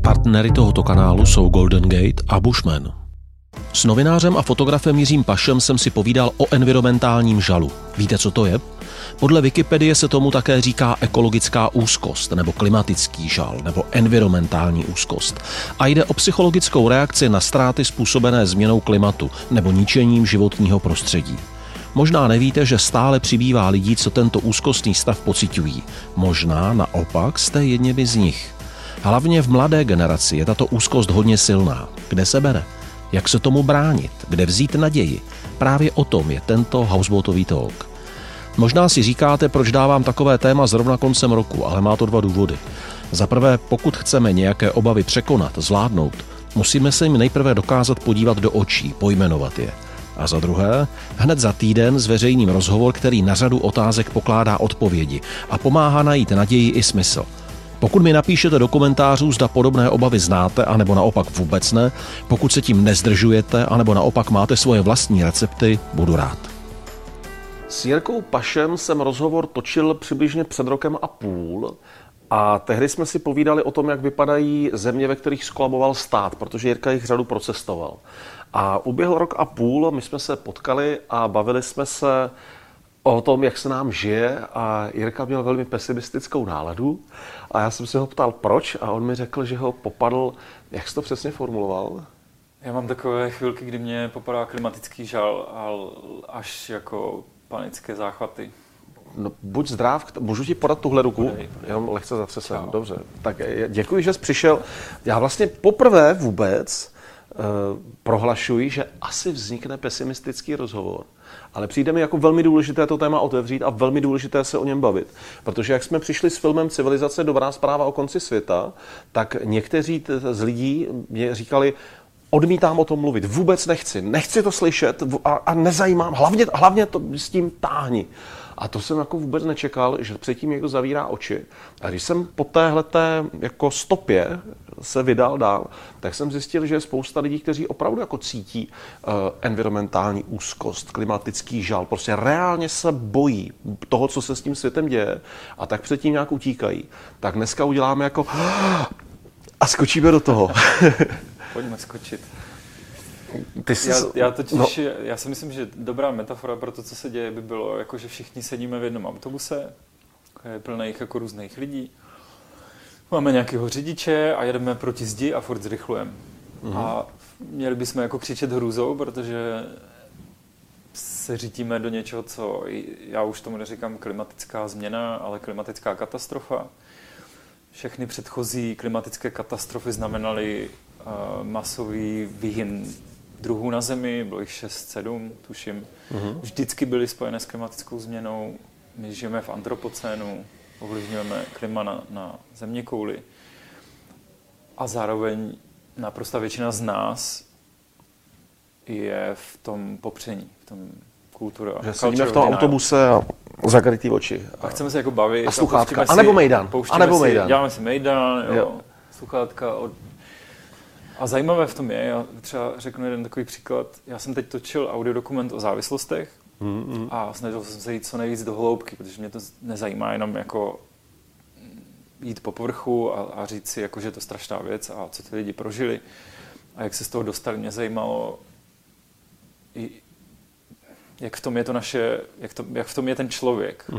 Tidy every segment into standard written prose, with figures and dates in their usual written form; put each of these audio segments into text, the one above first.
Partnery tohoto kanálu jsou Golden Gate a Bushman. S novinářem a fotografem Jiřím Pašem jsem si povídal o environmentálním žalu. Víte, co to je? Podle Wikipedie se tomu také říká ekologická úzkost, nebo klimatický žal, nebo environmentální úzkost. A jde o psychologickou reakci na ztráty způsobené změnou klimatu nebo ničením životního prostředí. Možná nevíte, že stále přibývá lidí, co tento úzkostný stav pociťují. Možná naopak jste jedněmi z nich. Hlavně v mladé generaci je tato úzkost hodně silná. Kde se bere? Jak se tomu bránit? Kde vzít naději? Právě o tom je tento Houseboatový talk. Možná si říkáte, proč dávám takové téma zrovna koncem roku, ale má to dva důvody. Za prvé, pokud chceme nějaké obavy překonat, zvládnout, musíme se jim nejprve dokázat podívat do očí, pojmenovat je. A za druhé, hned za týden zveřejním rozhovor, který na řadu otázek pokládá odpovědi a pomáhá najít naději i smysl. Pokud mi napíšete do komentářů, zda podobné obavy znáte, anebo naopak vůbec ne, pokud se tím nezdržujete, anebo naopak máte svoje vlastní recepty, budu rád. S Jirkou Pašem jsem rozhovor točil přibližně před rokem a půl a tehdy jsme si povídali o tom, jak vypadají země, ve kterých skolaboval stát, protože Jirka jich řadu procestoval. A uběhl rok a půl, my jsme se potkali a bavili jsme se o tom, jak se nám žije a Jirka měl velmi pesimistickou náladu a já jsem se ho ptal proč a on mi řekl, že ho popadl, jak jsi to přesně formuloval? Já mám takové chvilky, kdy mě popadá klimatický žal až jako panické záchvaty. No, buď zdrav, můžu ti podat tuhle ruku? Podej. Jenom lehce zatřesem, dobře. Tak děkuji, že jsi přišel. Já vlastně poprvé vůbec prohlašuji, že asi vznikne pesimistický rozhovor. Ale přijde mi jako velmi důležité to téma otevřít a velmi důležité se o něm bavit. Protože jak jsme přišli s filmem Civilizace, dobrá zpráva o konci světa, tak někteří z lidí mě říkali, odmítám o tom mluvit, vůbec nechci to slyšet a nezajímám, hlavně to s tím táhni. A to jsem jako vůbec nečekal, že předtím někdo zavírá oči. A když jsem po téhleté jako stopě se vydal dál, tak jsem zjistil, že je spousta lidí, kteří opravdu jako cítí environmentální úzkost, klimatický žal, prostě reálně se bojí toho, co se s tím světem děje a tak předtím nějak utíkají. Tak dneska uděláme jako a skočíme do toho. Pojďme skočit. Já já si myslím, že dobrá metafora pro to, co se děje, by bylo, jako, že všichni sedíme v jednom autobuse, je plných jako různých lidí. Máme nějakého řidiče a jedeme proti zdi a furt zrychlujeme. A měli bychom jako křičet hrůzou, protože se řítíme do něčeho, co já už tomu neříkám klimatická změna, ale klimatická katastrofa. Všechny předchozí klimatické katastrofy znamenaly masový výhyn druhů na Zemi, bylo jich 6-7, tuším. Vždycky byly spojené s klimatickou změnou. My žijeme v antropocénu, ovlivňujeme klima na zeměkouli. A zároveň naprostá většina z nás je v tom popření, v tom kultura. Že sedíme v tom autobuse a zakrytý oči. A chceme se jako bavit. A sluchátka, anebo Mejdan. Děláme si Mejdan, sluchátka. A zajímavé v tom je, já třeba řeknu jeden takový příklad, já jsem teď točil audiodokument o závislostech a snažil jsem se jít co nejvíc do hloubky, protože mě to nezajímá jenom jako jít po povrchu a říct si, jako, že je to strašná věc a co ty lidi prožili a jak se z toho dostali. Mě zajímalo, jak v tom je to naše, jak v tom je ten člověk.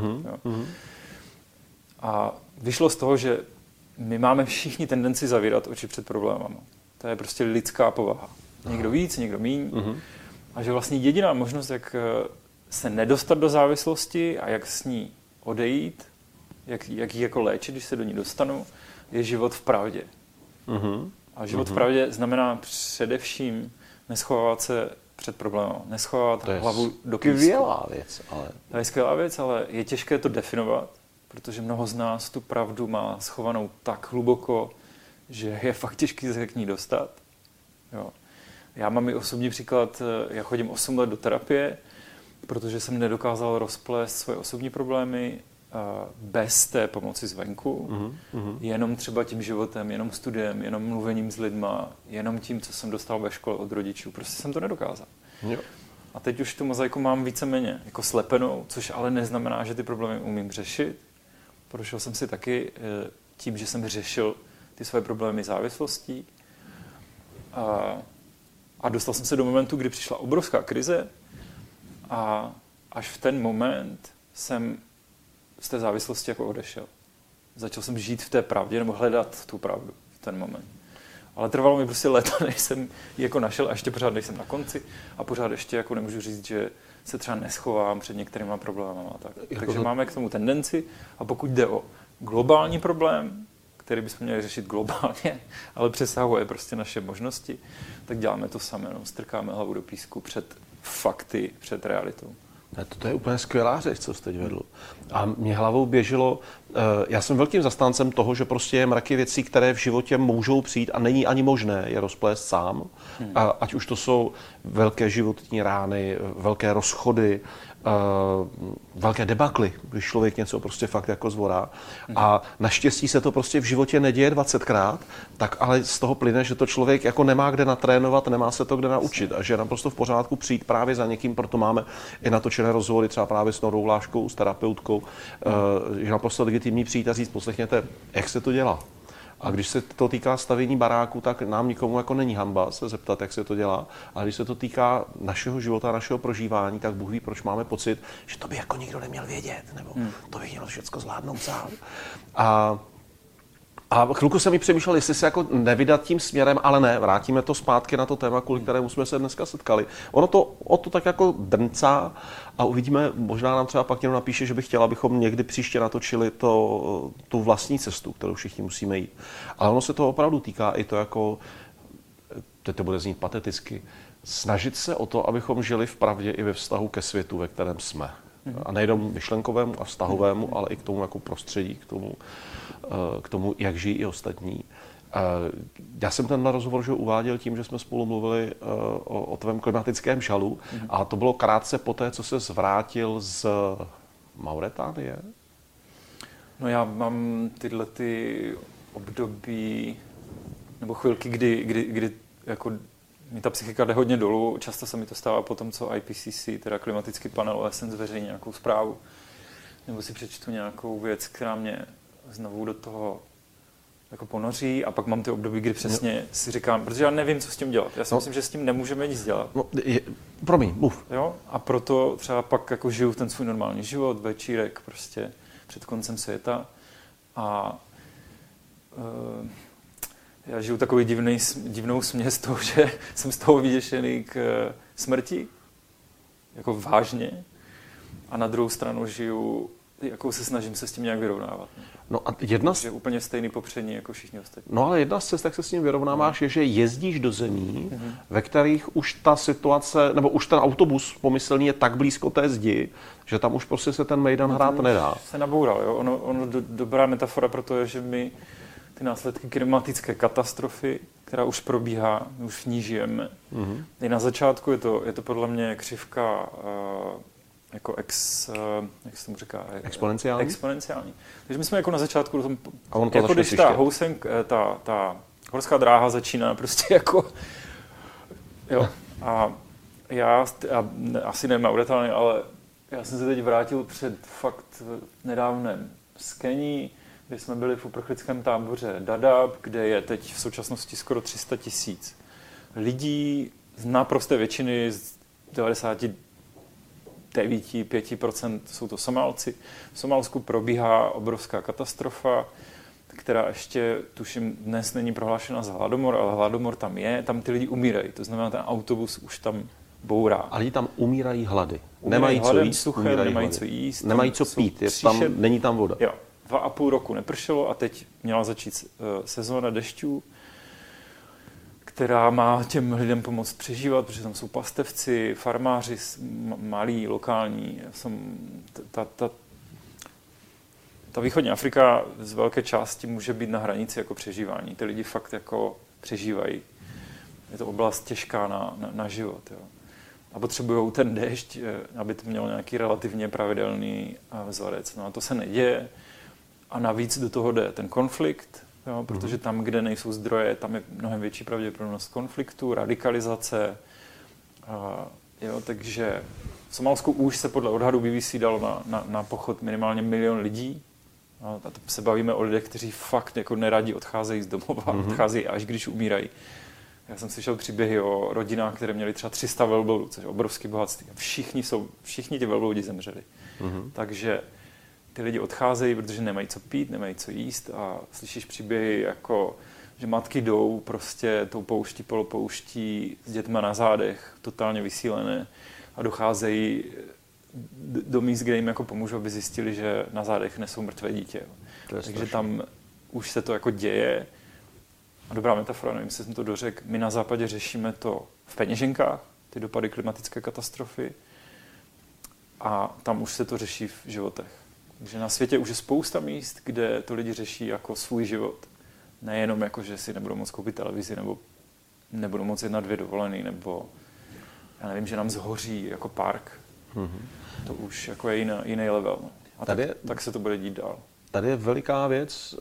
A vyšlo z toho, že my máme všichni tendenci zavírat oči před problémama. To je prostě lidská povaha. Někdo víc, někdo míň. A že vlastně jediná možnost, jak se nedostat do závislosti a jak s ní odejít, jak ji jako léčit, když se do ní dostanu, je život v pravdě. A život v pravdě znamená především neschovávat se před problémem, neschovávat hlavu do písku. To je skvělá věc, ale je těžké to definovat, protože mnoho z nás tu pravdu má schovanou tak hluboko, že je fakt těžký se k ní dostat. Jo. Já mám i osobní příklad, já chodím 8 let do terapie, protože jsem nedokázal rozplést svoje osobní problémy bez té pomoci zvenku, jenom třeba tím životem, jenom studiem, jenom mluvením s lidma, jenom tím, co jsem dostal ve škole od rodičů. Prostě jsem to nedokázal. Jo. A teď už tu mozaiku mám víceméně jako slepenou, což ale neznamená, že ty problémy umím řešit. Prošel jsem si taky tím, že jsem řešil ty své problémy závislostí. A dostal jsem se do momentu, kdy přišla obrovská krize a až v ten moment jsem z té závislosti jako odešel. Začal jsem žít v té pravdě nebo hledat tu pravdu v ten moment. Ale trvalo mi prostě léta, než jsem ji jako našel a ještě pořád nejsem na konci a pořád ještě jako nemůžu říct, že se třeba neschovám před některýma problémy. Takže máme k tomu tendenci a pokud jde o globální problém, který bychom měli řešit globálně, ale přesahuje prostě naše možnosti, tak děláme to samé. No. Strkáme hlavu do písku před fakty, před realitou. To je úplně skvělá řeč, co jsi teď vedl. A mě hlavou běželo, já jsem velkým zastáncem toho, že prostě je mraky věcí, které v životě můžou přijít a není ani možné je rozplést sám. A ať už to jsou velké životní rány, velké rozchody, velké debakly, když člověk něco prostě fakt jako zvorá. A naštěstí se to prostě v životě neděje 20krát, tak ale z toho plyne, že to člověk jako nemá kde natrénovat, nemá se to kde naučit a že je naprosto v pořádku přijít právě za někým, proto máme i natočené rozhovory třeba právě s Norou Vláškou, s terapeutkou, že naprosto legitimní přijít a říct, poslechněte, jak se to dělá. A když se to týká stavění baráku, tak nám nikomu jako není hanba se zeptat, jak se to dělá. A když se to týká našeho života, našeho prožívání, tak Bůh ví, proč máme pocit, že to by jako nikdo neměl vědět, nebo to by měl všechno zvládnout sám. A chvilku jsem mi přemýšlel, jestli se jako nevydat tím směrem, ale ne, vrátíme to zpátky na to téma, kvůli kterému jsme se dneska setkali. Ono to tak jako drncá a uvidíme, možná nám třeba pak někdo napíše, že by chtěl, abychom někdy příště natočili tu vlastní cestu, kterou všichni musíme jít. Ale ono se to opravdu týká i to jako, teď to bude znít pateticky, snažit se o to, abychom žili v pravdě i ve vztahu ke světu, ve kterém jsme. A nejenom myšlenkovému a vztahovému, ale i k tomu jako prostředí, k tomu, jak žijí i ostatní. Já jsem tenhle rozhovor uváděl tím, že jsme spolu mluvili o tvém klimatickém žalu a to bylo krátce poté, co se zvrátil z Mauritánie. No já mám tyhle ty období nebo chvilky, kdy jako mi ta psychika jde hodně dolů. Často se mi to stává po tom, co IPCC, teda klimatický panel OSN, zveřejní nějakou zprávu. Nebo si přečtu nějakou věc, která mě znovu do toho jako ponoří a pak mám ty období, kdy přesně si říkám, protože já nevím, co s tím dělat. Já si myslím, že s tím nemůžeme nic dělat. Promiň, mluv. Jo? A proto třeba pak jako žiju ten svůj normální život, večírek prostě před koncem světa a já žiju takový divnou směs toho, že jsem z toho vyděšený k smrti, jako vážně, a na druhou stranu žiju, jako se snažím se s tím nějak vyrovnávat. No a je úplně stejný popřední jako všichni ostatní. No ale jedna z cest, jak se s tím vyrovnáváš, je, že jezdíš do zemí, ve kterých už ta situace, nebo už ten autobus pomyslný je tak blízko té zdi, že tam už prostě se ten mejdan hrát nedá. Se naboural, jo? Ono dobrá metafora pro to je, že my ty následky klimatické katastrofy, která už probíhá, už v ní žijeme. I na začátku je to podle mě křivka jako jak se tomu říká? Exponenciální. Takže my jsme jako na začátku, jako když ta horská dráha začíná prostě jako, jo. A já asi ne Mauritánie, ale já jsem se teď vrátil před fakt nedávnem z Kení, kde jsme byli v uprchlickém táboře Dadaab, kde je teď v současnosti skoro 300 000 lidí, z naprosté většiny, z 99,5% jsou to Somálci. V Somálsku probíhá obrovská katastrofa, která ještě, tuším, dnes není prohlášena za hladomor, ale hladomor tam je, tam ty lidi umírají, to znamená, ten autobus už tam bourá. A lidi tam umírají hlady. Nemají co jíst, suchem, nemají co jíst. Nemají co pít, není tam voda. Jo, 2,5 roku nepršelo a teď měla začít sezóna dešťů, která má těm lidem pomoct přežívat, protože tam jsou pastevci, farmáři, malí, lokální. Ta východní Afrika z velké části může být na hranici jako přežívání. Ty lidi fakt jako přežívají. Je to oblast těžká na život. Jo. A potřebují ten déšť, aby to mělo nějaký relativně pravidelný vzorec. No a to se neděje. A navíc do toho jde ten konflikt, jo, protože tam, kde nejsou zdroje, tam je mnohem větší pravděpodobnost konfliktu, radikalizace. Jo, takže v Somálsku už se podle odhadu BBC dalo na pochod minimálně 1 000 000 lidí. A to se bavíme o lidech, kteří fakt jako neradi odcházejí z domova, odcházejí až když umírají. Já jsem slyšel příběhy o rodinách, které měly třeba 300 velbloudů, což je obrovské bohatství. Všichni ti velbloudi zemřeli. Takže ty lidi odcházejí, protože nemají co pít, nemají co jíst a slyšíš příběhy jako, že matky jdou prostě tou pouští, polopouští s dětma na zádech, totálně vysílené a docházejí do míst, kde jim jako pomůžou, aby zjistili, že na zádech nesou mrtvé dítě. Takže tam už se to jako děje. A dobrá metafora, nevím, jestli jsem to dořekl. My na západě řešíme to v peněženkách, ty dopady klimatické katastrofy. A tam už se to řeší v životech. Takže na světě už je spousta míst, kde to lidi řeší jako svůj život. Nejenom jako, že si nebudou moct koupit televizi, nebo nebudou moct jít na 2 dovolený, nebo já nevím, že nám zhoří jako park. To už jako je jiný level. No. A tak se to bude dít dál. Tady je veliká věc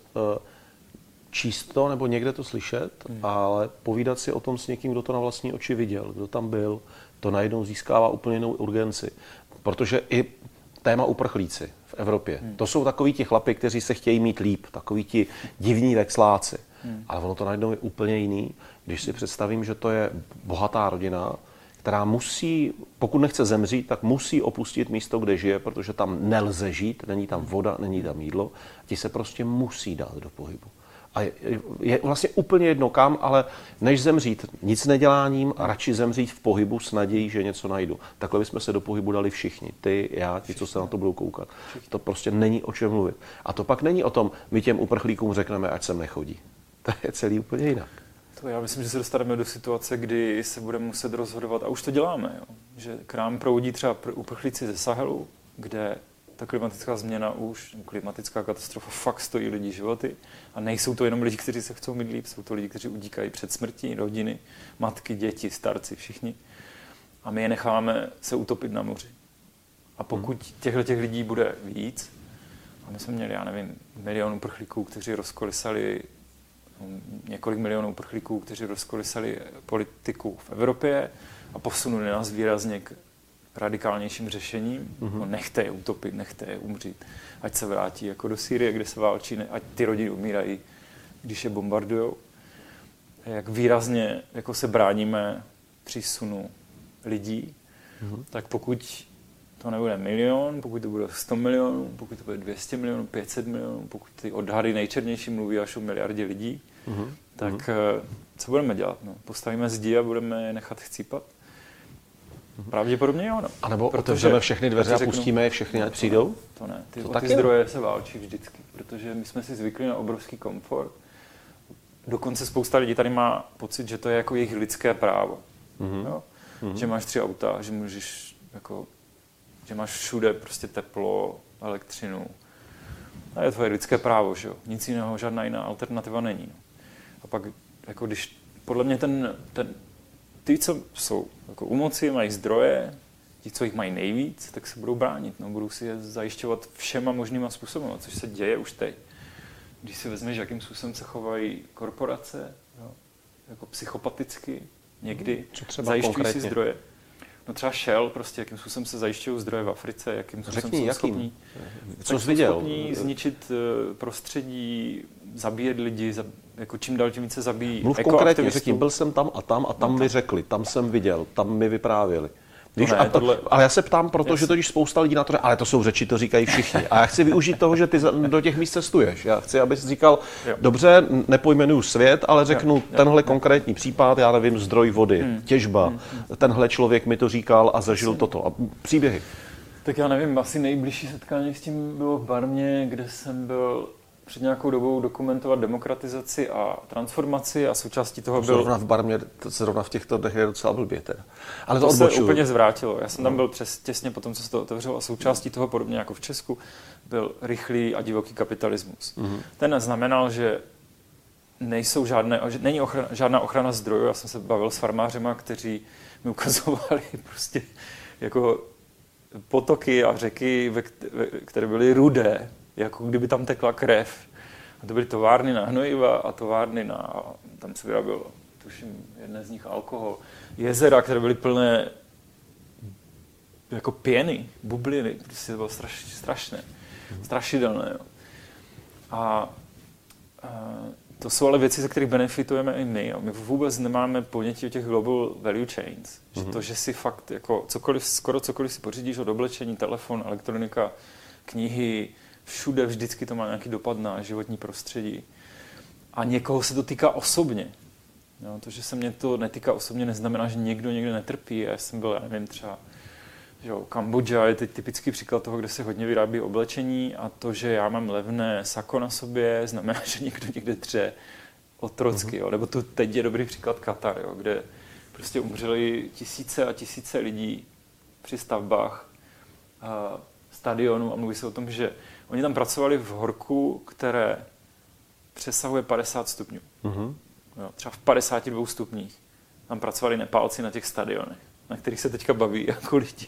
číst to nebo někde to slyšet, ale povídat si o tom s někým, kdo to na vlastní oči viděl, kdo tam byl, to najednou získává úplně jinou urgenci. Protože i téma uprchlíci v Evropě, to jsou takoví ti chlapi, kteří se chtějí mít líp, takoví ti divní vexláci. Ale ono to najednou je úplně jiný, když si představím, že to je bohatá rodina, která musí, pokud nechce zemřít, tak musí opustit místo, kde žije, protože tam nelze žít, není tam voda, není tam jídlo, ti se prostě musí dát do pohybu. A je vlastně úplně jedno kam, ale než zemřít nic neděláním a radši zemřít v pohybu s nadějí, že něco najdu. Takhle bychom se do pohybu dali všichni. Ty, já, ti, co se na to budou koukat. To prostě není o čem mluvit. A to pak není o tom, my těm uprchlíkům řekneme, ať sem nechodí. To je celý úplně jinak. To já myslím, že se dostaneme do situace, kdy se budeme muset rozhodovat, a už to děláme, jo? Že k nám proudí třeba uprchlíci ze Sahelu, kde ta klimatická změna klimatická katastrofa fakt stojí lidi životy. A nejsou to jenom lidi, kteří se chcou mít líp, jsou to lidi, kteří udíkají před smrtí, rodiny, matky, děti, starci, všichni. A my je necháme se utopit na moři. A pokud těchto lidí bude víc, a my jsme měli, já nevím, 1 milion uprchlíků, kteří rozkolísali, několik milionů uprchlíků, kteří rozkolísali politiku v Evropě a posunuli nás výrazně k radikálnějším řešením. No, nechte je utopit, nechte je umřít. Ať se vrátí jako do Sýrie, kde se válčí, ať ty rodiny umírají, když je bombardujou. Jak výrazně jako se bráníme přísunu lidí, tak pokud to nebude 1 milion, pokud to bude 100 milionů, pokud to bude 200 milionů, 500 milionů, pokud ty odhady nejčernější mluví až o miliardě lidí, tak co budeme dělat? No, postavíme zdi a budeme je nechat chcípat? Pravděpodobně jo, no. A nebo otevřeme všechny dveře a pustíme je všechny, ať přijdou? To ne. Ty zdroje se válčí vždycky, protože my jsme si zvykli na obrovský komfort. Dokonce spousta lidí tady má pocit, že to je jako jejich lidské právo. Jo? Že máš 3 auta, že můžeš jako, že máš všude prostě teplo, elektřinu. A je tvoje lidské právo, že jo. Nic jiného, žádná jiná alternativa není. No. A pak, jako když, podle mě ty, co jsou jako u moci, mají zdroje, ti, co jich mají nejvíc, tak se budou bránit. No, budou si je zajišťovat všema možnýma způsoby, což se děje už teď. Když si vezmeš, jakým způsobem se chovají korporace, jo, jako psychopaticky, někdy zajišťují si zdroje. No třeba Shell, prostě, jakým způsobem se zajišťují zdroje v Africe, jakým způsobem jsou schopní, schopní zničit prostředí, zabíjet lidi, jako čím dál tím více zabíjí. Mluv konkrétně, řekni, byl jsem tam a tam mi řekli, tam jsem viděl, tam mi vyprávěli. Ale já se ptám, protože totiž spousta lidí na to, ale to jsou řeči, to říkají všichni. A já chci využít toho, že ty do těch míst cestuješ. Já chci, abys říkal, dobře, nepojmenuju svět, ale řeknu tenhle konkrétní případ, já nevím, zdroj vody, těžba, tenhle člověk mi to říkal a zažil toto. A příběhy. Tak já nevím, asi nejbližší setkání s tím bylo v Barmě, kde jsem byl před nějakou dobou dokumentovat demokratizaci a transformaci a součástí toho byl... Zrovna v Barmě, zrovna v těchto dnech je docela blbě teda. Ale to se úplně zvrátilo. Já jsem tam byl těsně po tom, co se to otevřelo a součástí toho, podobně jako v Česku, byl rychlý a divoký kapitalismus. Ten znamenal, že není žádná ochrana zdrojů. Já jsem se bavil s farmářema, kteří mi ukazovali prostě jako potoky a řeky, které byly rudé, jako kdyby tam tekla krev. A to byly továrny na hnojiva a továrny na, tam se vyrábělo, tuším, jedné z nich alkohol. Jezera, které byly plné jako pěny, bubliny, prostě to bylo strašné, strašidelné. Jo. A to jsou ale věci, ze kterých benefitujeme i my. Jo. My vůbec nemáme ponětí o těch global value chains. Že to, že si fakt jako skoro cokoliv si pořídíš od oblečení, telefon, elektronika, knihy, všude vždycky to má nějaký dopad na životní prostředí. A někoho se to týká osobně. Jo, to, že se mě to netýká osobně, neznamená, že někdo někde netrpí. Já jsem byl, já nevím, třeba Kambodža je teď typický příklad toho, kde se hodně vyrábí oblečení a to, že já mám levné sako na sobě, znamená, že někdo někde dře otrocky. Jo. Nebo tu teď je dobrý příklad Katar, jo, kde prostě umřeli tisíce a tisíce lidí při stavbách stadionu a mluví se o tom, že oni tam pracovali v horku, které přesahuje 50 stupňů. Jo, třeba v 52 stupních. Tam pracovali Nepálci na těch stadionech, na kterých se teďka baví jako lidi.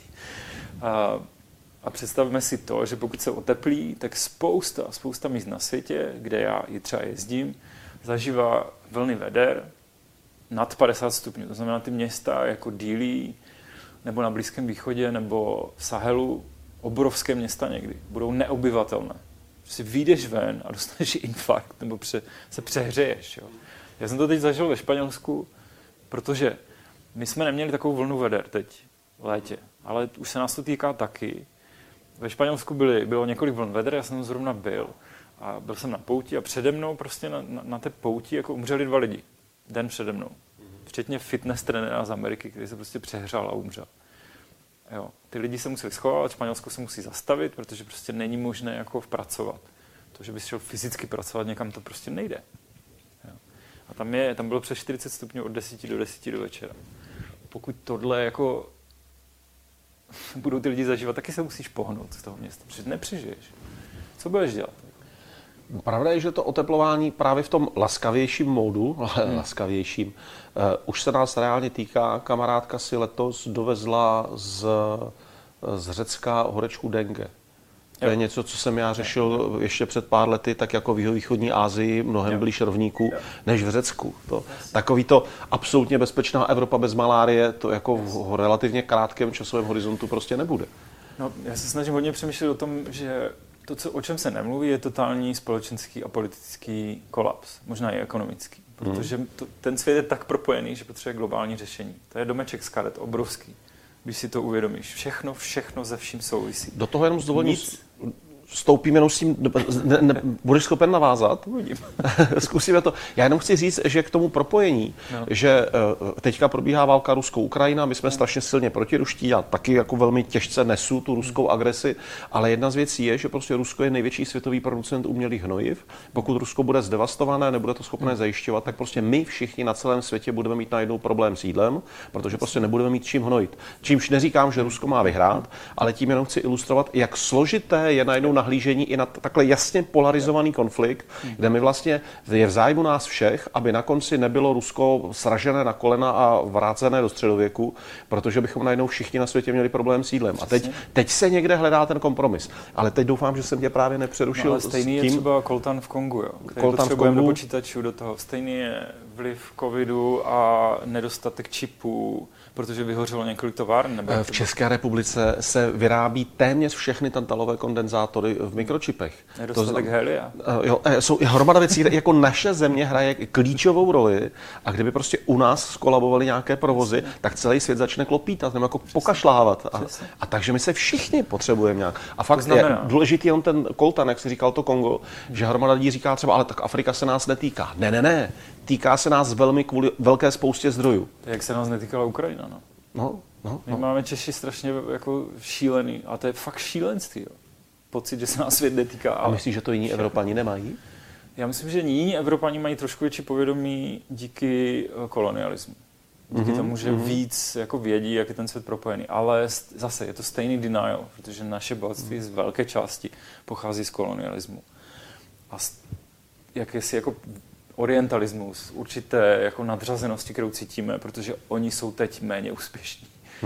A představme si to, že pokud se oteplí, tak spousta míst na světě, kde já i třeba jezdím, zažívá vlny veder nad 50 stupňů. To znamená, ty města jako Dili, nebo na Blízkém východě, nebo v Sahelu, obrovské města někdy, budou neobyvatelné. Si vyjdeš ven a dostaneš infarkt, nebo se přehřeješ. Jo. Já jsem to teď zažil ve Španělsku, protože my jsme neměli takovou vlnu veder teď v létě, ale už se nás to týká taky. Ve Španělsku bylo několik vln veder, já jsem tam zrovna byl a byl jsem na pouti a přede mnou prostě na té pouti jako umřeli 2 lidi. Den přede mnou. Včetně fitness trenéra z Ameriky, který se prostě přehřál a umřel. Jo. Ty lidi se museli schovávat, Španělsko se musí zastavit, protože prostě není možné jako pracovat. To, že bys šel fyzicky pracovat někam, to prostě nejde. Jo. A tam bylo přes 40 stupňů od 10 do 10 do večera. Pokud tohle jako budou ty lidi zažívat, taky se musíš pohnout z toho města, protože nepřežiješ. Co budeš dělat? Pravda je, že to oteplování právě v tom laskavějším módu, laskavějším, už se nás reálně týká. Kamarádka si letos dovezla z Řecka horečku dengue. To je něco, co jsem já řešil ještě před pár lety, tak jako v jihovýchodní Asii, mnohem blíž rovníku, než v Řecku. Takový to absolutně bezpečná Evropa bez malárie, to jako v relativně krátkém časovém horizontu prostě nebude. No, já se snažím hodně přemýšlet o tom, že to, o čem se nemluví, je totální společenský a politický kolaps, možná i ekonomický, protože ten svět je tak propojený, že potřebuje globální řešení. To je domeček z karet, obrovský, když si to uvědomíš. Všechno ze vším souvisí. Do toho jenom s dovolením vstoupím, jenom s tím, budeš schopen navázat? Uvidím. Zkusíme to. Já jenom chci říct, že k tomu propojení, že teďka probíhá válka Rusko-Ukrajina, my jsme strašně silně protiruští, já taky jako velmi těžce nesu tu ruskou agresi, ale jedna z věcí je, že prostě Rusko je největší světový producent umělých hnojiv. Pokud Rusko bude zdevastované, nebude to schopné zajišťovat, tak prostě my všichni na celém světě budeme mít najednou problém s jídlem, protože prostě nebudeme mít čím hnojit. Čímž neříkám, že Rusko má vyhrát, ale tím jenom chci ilustrovat, jak složité je najednou nahlížení i na takhle jasně polarizovaný konflikt, kde my vlastně je v zájmu nás všech, aby na konci nebylo Rusko sražené na kolena a vrácené do středověku, protože bychom najednou všichni na světě měli problém s jídlem. A teď se někde hledá ten kompromis. Ale teď doufám, že jsem tě právě nepřerušil. No, ale stejný je třeba koltan v Kongu, jo, který potřebujeme do počítačů do toho. Stejný je vliv covidu a nedostatek čipů, protože vyhořelo několik továren. V České republice se vyrábí téměř všechny tantalové kondenzátory v mikročipech. Nedostatek helia. Jsou hromada věcí, jako naše země hraje klíčovou roli a kdyby prostě u nás skolabovaly nějaké provozy, tak celý svět začne klopítat nebo jako pokašlávat. A takže my se všichni potřebujeme nějak. A fakt je důležitý on ten koltan, jak jsi říkal to Kongo, že hromada lidí říká třeba, ale tak Afrika se nás netýká. Ne. Týká se nás velmi kvůli velké spoustě zdrojů. Jak se nás netýkala Ukrajina, no. My máme Češi strašně jako šílený, a to je fakt šílenství, jo. Pocit, že se nás svět netýká. A myslíš, že to jiní Evropani nemají? Já myslím, že jiní Evropani mají trošku větší povědomí díky kolonialismu. Díky tomu, že víc jako vědí, jak je ten svět propojený. Ale zase je to stejný denial, protože naše bohatství z velké části pochází z kolonialismu. A jakési jako orientalismus, určité jako nadřazenosti, kterou cítíme, protože oni jsou teď méně úspěšní.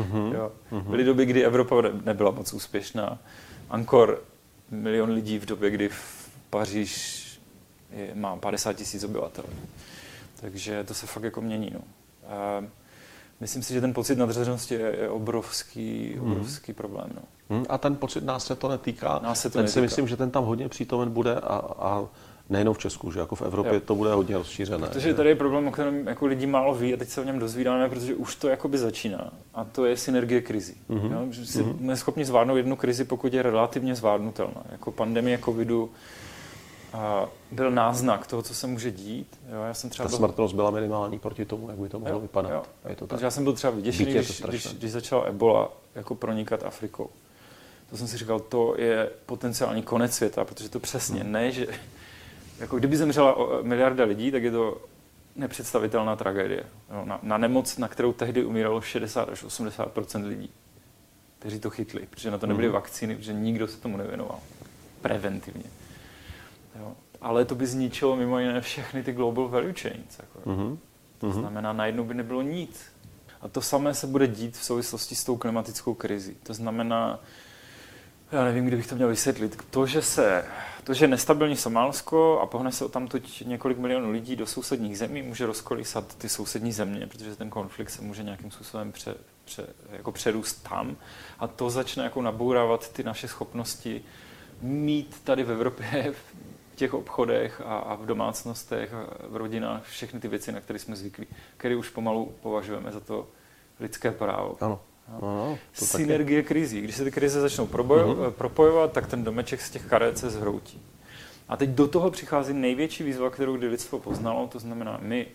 Byly doby, kdy Evropa nebyla moc úspěšná. Ankor, 1 milion lidí v době, kdy v Paříž má 50 000 obyvatel. Takže to se fakt jako mění. No. myslím si, že ten pocit nadřazenosti je obrovský problém. No. A ten pocit nás se to netýká. Nás se to ten netýká. si myslím, že ten tam hodně přítomen bude a nejenom v Česku, že jako v Evropě to bude hodně rozšířené. Protože tady je problém, o kterém jako lidi málo ví a teď se o něm dozvídáme, protože už to jakoby začíná. A to je synergie krizí. Jo? Že jsme schopni zvládnout jednu krizi, pokud je relativně zvládnutelná. Jako pandemie covidu byl náznak toho, co se může dít. Jo? Já jsem třeba smrtnost byla minimální proti tomu, jak by to mohlo vypadat. Jo. Je to tak. Takže já jsem byl třeba vyděšený, když začala ebola jako pronikat Afrikou. To jsem si říkal, to je potenciální konec světa, protože to přesně ne, že jako kdyby zemřela miliarda lidí, tak je to nepředstavitelná tragédie. Jo, na nemoc, na kterou tehdy umíralo 60 až 80% lidí, kteří to chytli, protože na to nebyly vakcíny, protože nikdo se tomu nevěnoval preventivně. Jo. Ale to by zničilo mimo jiné všechny ty global value chains. Jako. To znamená, najednou by nebylo nic. A to samé se bude dít v souvislosti s tou klimatickou krizí. To znamená, já nevím, kdybych to měl vysvětlit. To, že nestabilní Somálsko a pohne se tamtud několik milionů lidí do sousedních zemí, může rozkolísat ty sousední země, protože ten konflikt se může nějakým způsobem jako přerůst tam. A to začne jako nabourávat ty naše schopnosti mít tady v Evropě v těch obchodech a v domácnostech, a v rodinách všechny ty věci, na které jsme zvyklí, které už pomalu považujeme za to lidské právo. Ano. No, synergie krizí. Když se ty krize začnou propojovat, tak ten domeček z těch karet se zhroutí. A teď do toho přichází největší výzva, kterou kdy lidstvo poznalo, to znamená, my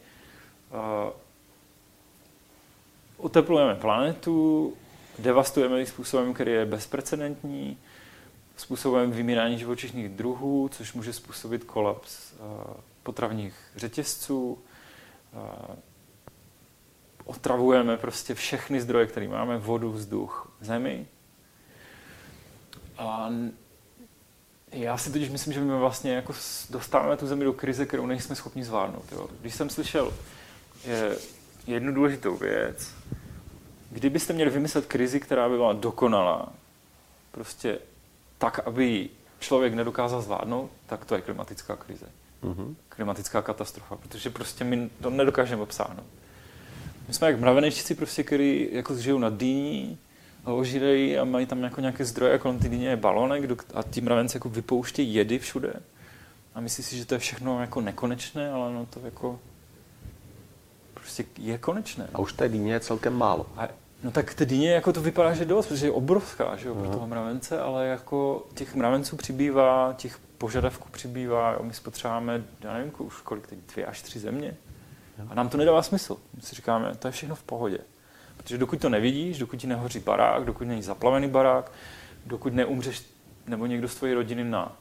oteplujeme planetu, devastujeme ji způsobem, který je bezprecedentní, způsobem vymírání živočišných druhů, což může způsobit kolaps potravních řetězců, otravujeme prostě všechny zdroje, které máme, vodu, vzduch, zemi. A já si totiž myslím, že my vlastně jako dostáváme tu zemi do krize, kterou nejsme schopni zvládnout. Jo. Když jsem slyšel jednu důležitou věc, kdybyste měli vymyslet krizi, která by byla dokonalá, prostě tak, aby ji člověk nedokázal zvládnout, tak to je klimatická krize. Klimatická katastrofa, protože prostě my to nedokážeme obsáhnout. My jsme jak mravenečci, prostě, který jako žijou na dýni a ožírají a mají tam jako nějaké zdroje, kolem ty dýně je balonek a ti mravenci jako vypouštějí jedy všude. A myslí si, že to je všechno jako nekonečné, ale no to jako prostě je konečné. A už té dýně je celkem málo. No tak té dýně jako to vypadá, že dost, protože je obrovská, že jo, pro toho mravence, ale jako těch mravenců přibývá, těch požadavků přibývá, my spotřebujeme, já nevím, už kolik teď, 2 až 3 země. A nám to nedává smysl. My si říkáme, to je všechno v pohodě. Protože dokud to nevidíš, dokud ti nehoří barák, dokud není zaplavený barák, dokud neumřeš nebo někdo z tvojí rodiny na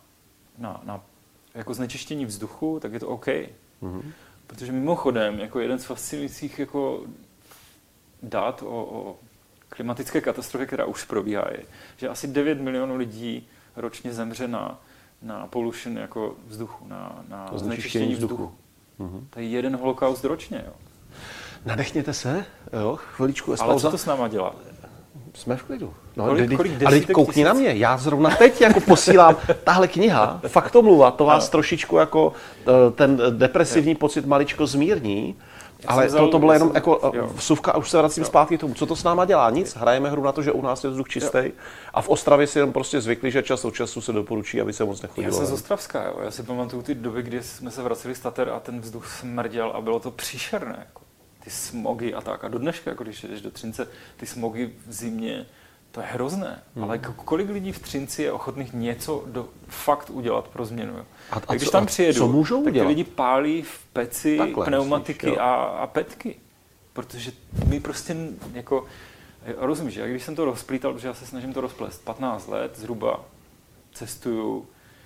jako znečištění vzduchu, tak je to OK. Protože mimochodem, jako jeden z fascinujících jako dat o klimatické katastrofě, která už probíhá, je, že asi 9 milionů lidí ročně zemře na pollution jako vzduchu, na znečištění vzduchu. To je jeden holokaust ročně. Jo. Nadechněte se, jo, chviličku. Ale co to s náma dělá? Jsme v klidu. No, ale teď koukni na mě, já zrovna teď jako posílám tahle kniha, Faktomluva, to vás trošičku jako ten depresivní pocit maličko zmírní, ale to bylo jenom jako vsuvka a už se vracím zpátky k tomu. Co to s náma dělá? Nic, hrajeme hru na to, že u nás je vzduch čistý a v Ostravě si jenom prostě zvykli, že čas od času se doporučí, aby se moc nechodilo. Já jsem z Ostravska, jo. Já si pamatuju ty doby, kdy jsme se vraceli z Tater a ten vzduch smrděl a bylo to příšerné. Jako. Ty smogy a tak. A do dneška, jako když jdeš do Třince, ty smogy v zimě, to je hrozné. Ale kolik lidí v Třinci je ochotných něco fakt udělat pro změnu? Jo? A když tam přijedu, tak ty lidi pálí v peci takhle, pneumatiky myslíš, a petky. Protože my prostě jako, rozumíš, já když jsem to rozplítal, protože já se snažím to rozplést 15 let zhruba, cestuju,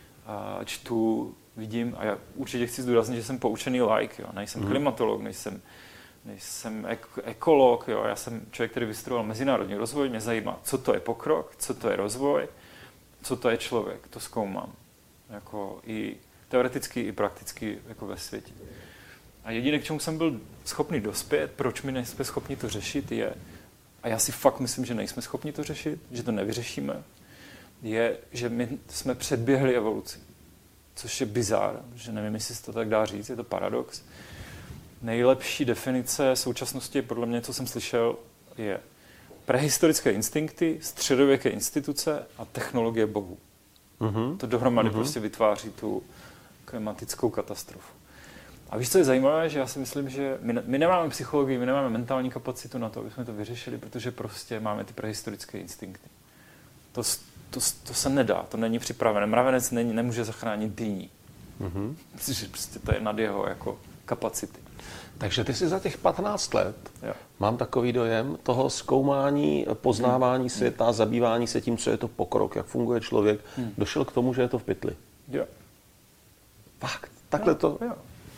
čtu, vidím a já určitě chci zdůraznit, že jsem poučený laik, jo? Nejsem klimatolog, nejsem ekolog, jo? Já jsem člověk, který vystudoval mezinárodní rozvoj, mě zajímá, co to je pokrok, co to je rozvoj, co to je člověk, to zkoumám. Jako i teoreticky, i prakticky jako ve světě. A jediné, k čemu jsem byl schopný dospět, proč my nejsme schopni to řešit, je, a já si fakt myslím, že nejsme schopni to řešit, že to nevyřešíme, je, že my jsme předběhli evoluci. Což je bizár, že nevím, jestli se to tak dá říct, je to paradox. nejlepší definice současnosti, podle mě, co jsem slyšel, je prehistorické instinkty, středověké instituce a technologie bohů. To dohromady prostě vytváří tu klimatickou katastrofu. A víš, co je zajímavé, že já si myslím, že my nemáme psychologii, my nemáme mentální kapacitu na to, aby jsme to vyřešili, protože prostě máme ty prehistorické instinkty. To se nedá, to není připravené. Mravenec nemůže zachránit dýní. Protože prostě to je nad jeho jako kapacity. Takže ty si za těch 15 let, mám takový dojem, toho zkoumání, poznávání světa, zabývání se tím, co je to pokrok, jak funguje člověk, došel k tomu, že je to v pytli. Jo. Fakt, takhle to... Jo.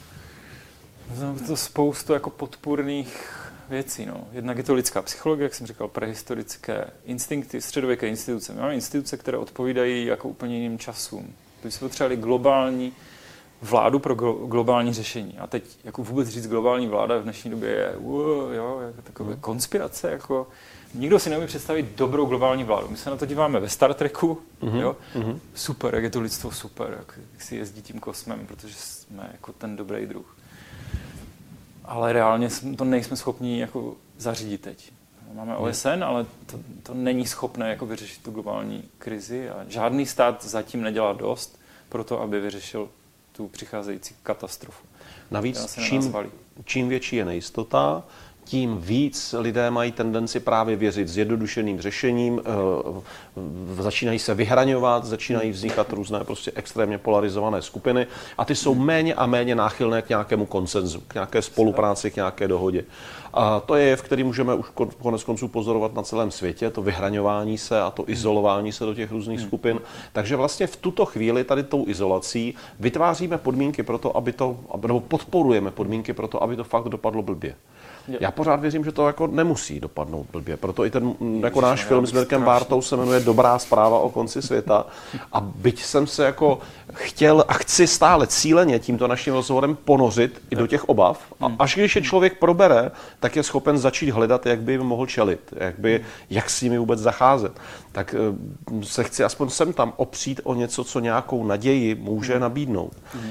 To spoustu jako podpůrných věcí. No. Jednak je to lidská psychologie, jak jsem říkal, prehistorické instinkty, středověké instituce. My máme instituce, které odpovídají jako úplně jiným časům. To jsme potřebovali globální vládu pro globální řešení. A teď jako vůbec říct globální vláda v dnešní době je jako takové konspirace. Jako, nikdo si neumí představit dobrou globální vládu. My se na to díváme ve Star Treku. Jo? Super, jak je to lidstvo super, jak si jezdí tím kosmem, protože jsme jako ten dobrý druh. Ale reálně to nejsme schopni jako zařídit teď. Máme OSN, ale to není schopné jako vyřešit tu globální krizi a žádný stát zatím nedělá dost pro to, aby vyřešil tu přicházející katastrofu. Navíc čím větší je nejistota, tím víc lidé mají tendenci právě věřit zjednodušeným řešením, začínají se vyhraňovat, začínají vznikat různé prostě extrémně polarizované skupiny a ty jsou méně a méně náchylné k nějakému konsenzu, k nějaké spolupráci, k nějaké dohodě. A to je jev, který můžeme už konec konců pozorovat na celém světě, to vyhraňování se a to izolování se do těch různých skupin. Takže vlastně v tuto chvíli tady tou izolací vytváříme podmínky pro to, nebo podporujeme podmínky pro to, aby to fakt dopadlo blbě. Já pořád věřím, že to jako nemusí dopadnout blbě. Proto i ten jako náš film s Mirkem Bártou se jmenuje Dobrá zpráva o konci světa. A byť jsem se jako chtěl a chci stále cíleně tímto naším rozhovorem ponořit i do těch obav. A až když je člověk probere, tak je schopen začít hledat, jak by jim mohl čelit, jak s nimi vůbec zacházet. Tak se chci aspoň sem tam opřít o něco, co nějakou naději může nabídnout.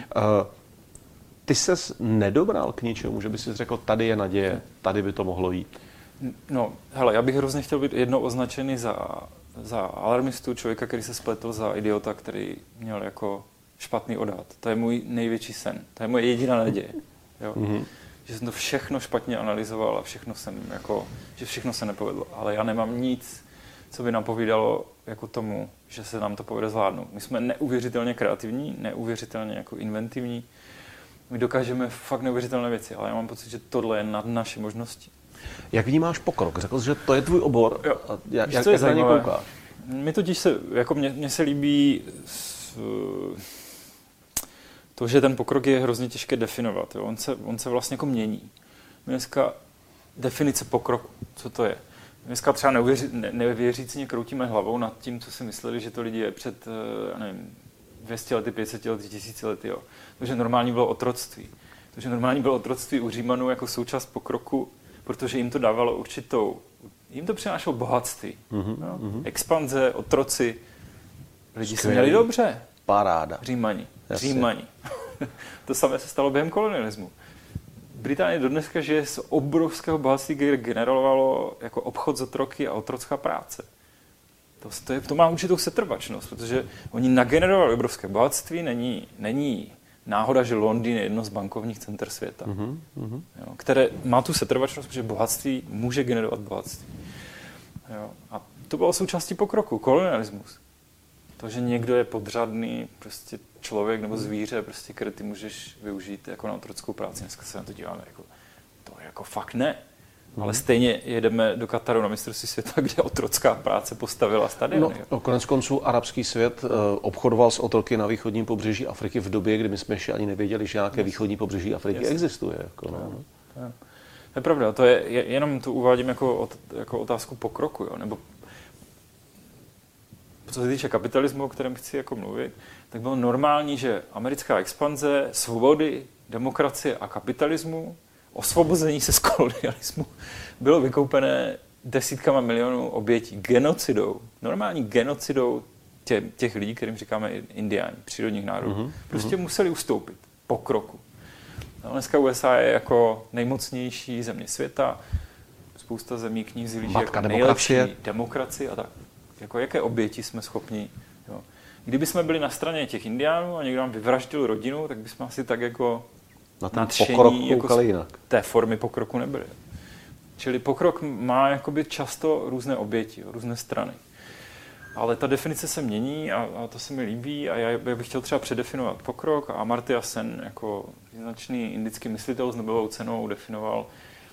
Ty ses nedobral k ničemu, že by si řekl, tady je naděje, tady by to mohlo jít? No, hele, já bych hrozně chtěl být jednou označený za alarmistu, člověka, který se spletl, za idiota, který měl jako špatný odhad. To je můj největší sen, to je moje jediná naděje. Jo? Že jsem to všechno špatně analyzoval a že všechno se nepovedlo. Ale já nemám nic, co by nám povídalo jako tomu, že se nám to povede zvládnout. My jsme neuvěřitelně kreativní, neuvěřitelně jako inventivní. My dokážeme fakt neuvěřitelné věci, ale já mám pocit, že tohle je nad naše možnosti. Jak vnímáš pokrok? Řekl jsi, že to je tvůj obor. Jo. Jak na něj koukáš? Mně totiž mně se líbí to, že ten pokrok je hrozně těžké definovat. Jo? On se vlastně jako mění. Dneska definice pokroku, co to je? Dneska třeba nevěřícně kroutíme hlavou nad tím, co si mysleli, že to lidi je před, 200 lety, 500 lety, 1000 lety. Jo. Takže normální bylo otroctví. Takže normální bylo otroctví u Římanů jako součást pokroku, protože jim to dávalo jim to přinášelo bohatství. Expanze, otroci, lidi se měli dobře. Paráda. Římani. To samé se stalo během kolonialismu. Británie dodneska žije z obrovského bohatství, které generovalo jako obchod z otroky a otrocká práce. To má určitou setrvačnost, protože oni nagenerovali obrovské bohatství, není náhoda, že Londýn je jedno z bankovních center světa, jo, které má tu setrvačnost, protože bohatství může generovat bohatství. Jo, a to bylo součástí pokroku, kolonialismus. To, že někdo je podřadný prostě člověk nebo zvíře, prostě, které ty můžeš využít jako na otrockou práci. Dneska se na to díváme jako, to je jako fakt ne. Ale stejně jedeme do Kataru na mistrovství světa, kde otrocká práce postavila stadion. No, konec konců arabský svět obchodoval s otroky na východním pobřeží Afriky v době, kdy my jsme ještě ani nevěděli, že nějaké východní pobřeží Afriky existuje. To je pravda, to je jenom to uvádím jako otázku pokroku, jo? Nebo co se týče kapitalismu, o kterém chci jako mluvit, tak bylo normální, že americká expanze, svobody, demokracie a kapitalismu, osvobození se z kolonialismu bylo vykoupené desítkama milionů obětí, genocidou, normální genocidou těch lidí, kterým říkáme indiáni, přírodních národů. Prostě museli ustoupit pokroku. Dneska USA je jako nejmocnější země světa. Spousta zemí k ní zlíží jako nejlepší demokracie a tak. Jako jaké oběti jsme schopni. Jo. Kdyby jsme byli na straně těch indiánů a někdo nám vyvraždil rodinu, tak bychom asi tak jako nadšení jako té formy pokroku nebyli. Čili pokrok má jakoby často různé oběti, jo, různé strany. Ale ta definice se mění a to se mi líbí a já bych chtěl třeba předefinovat pokrok a Amartya Sen jako značný indický myslitel s Nobelovou cenou definoval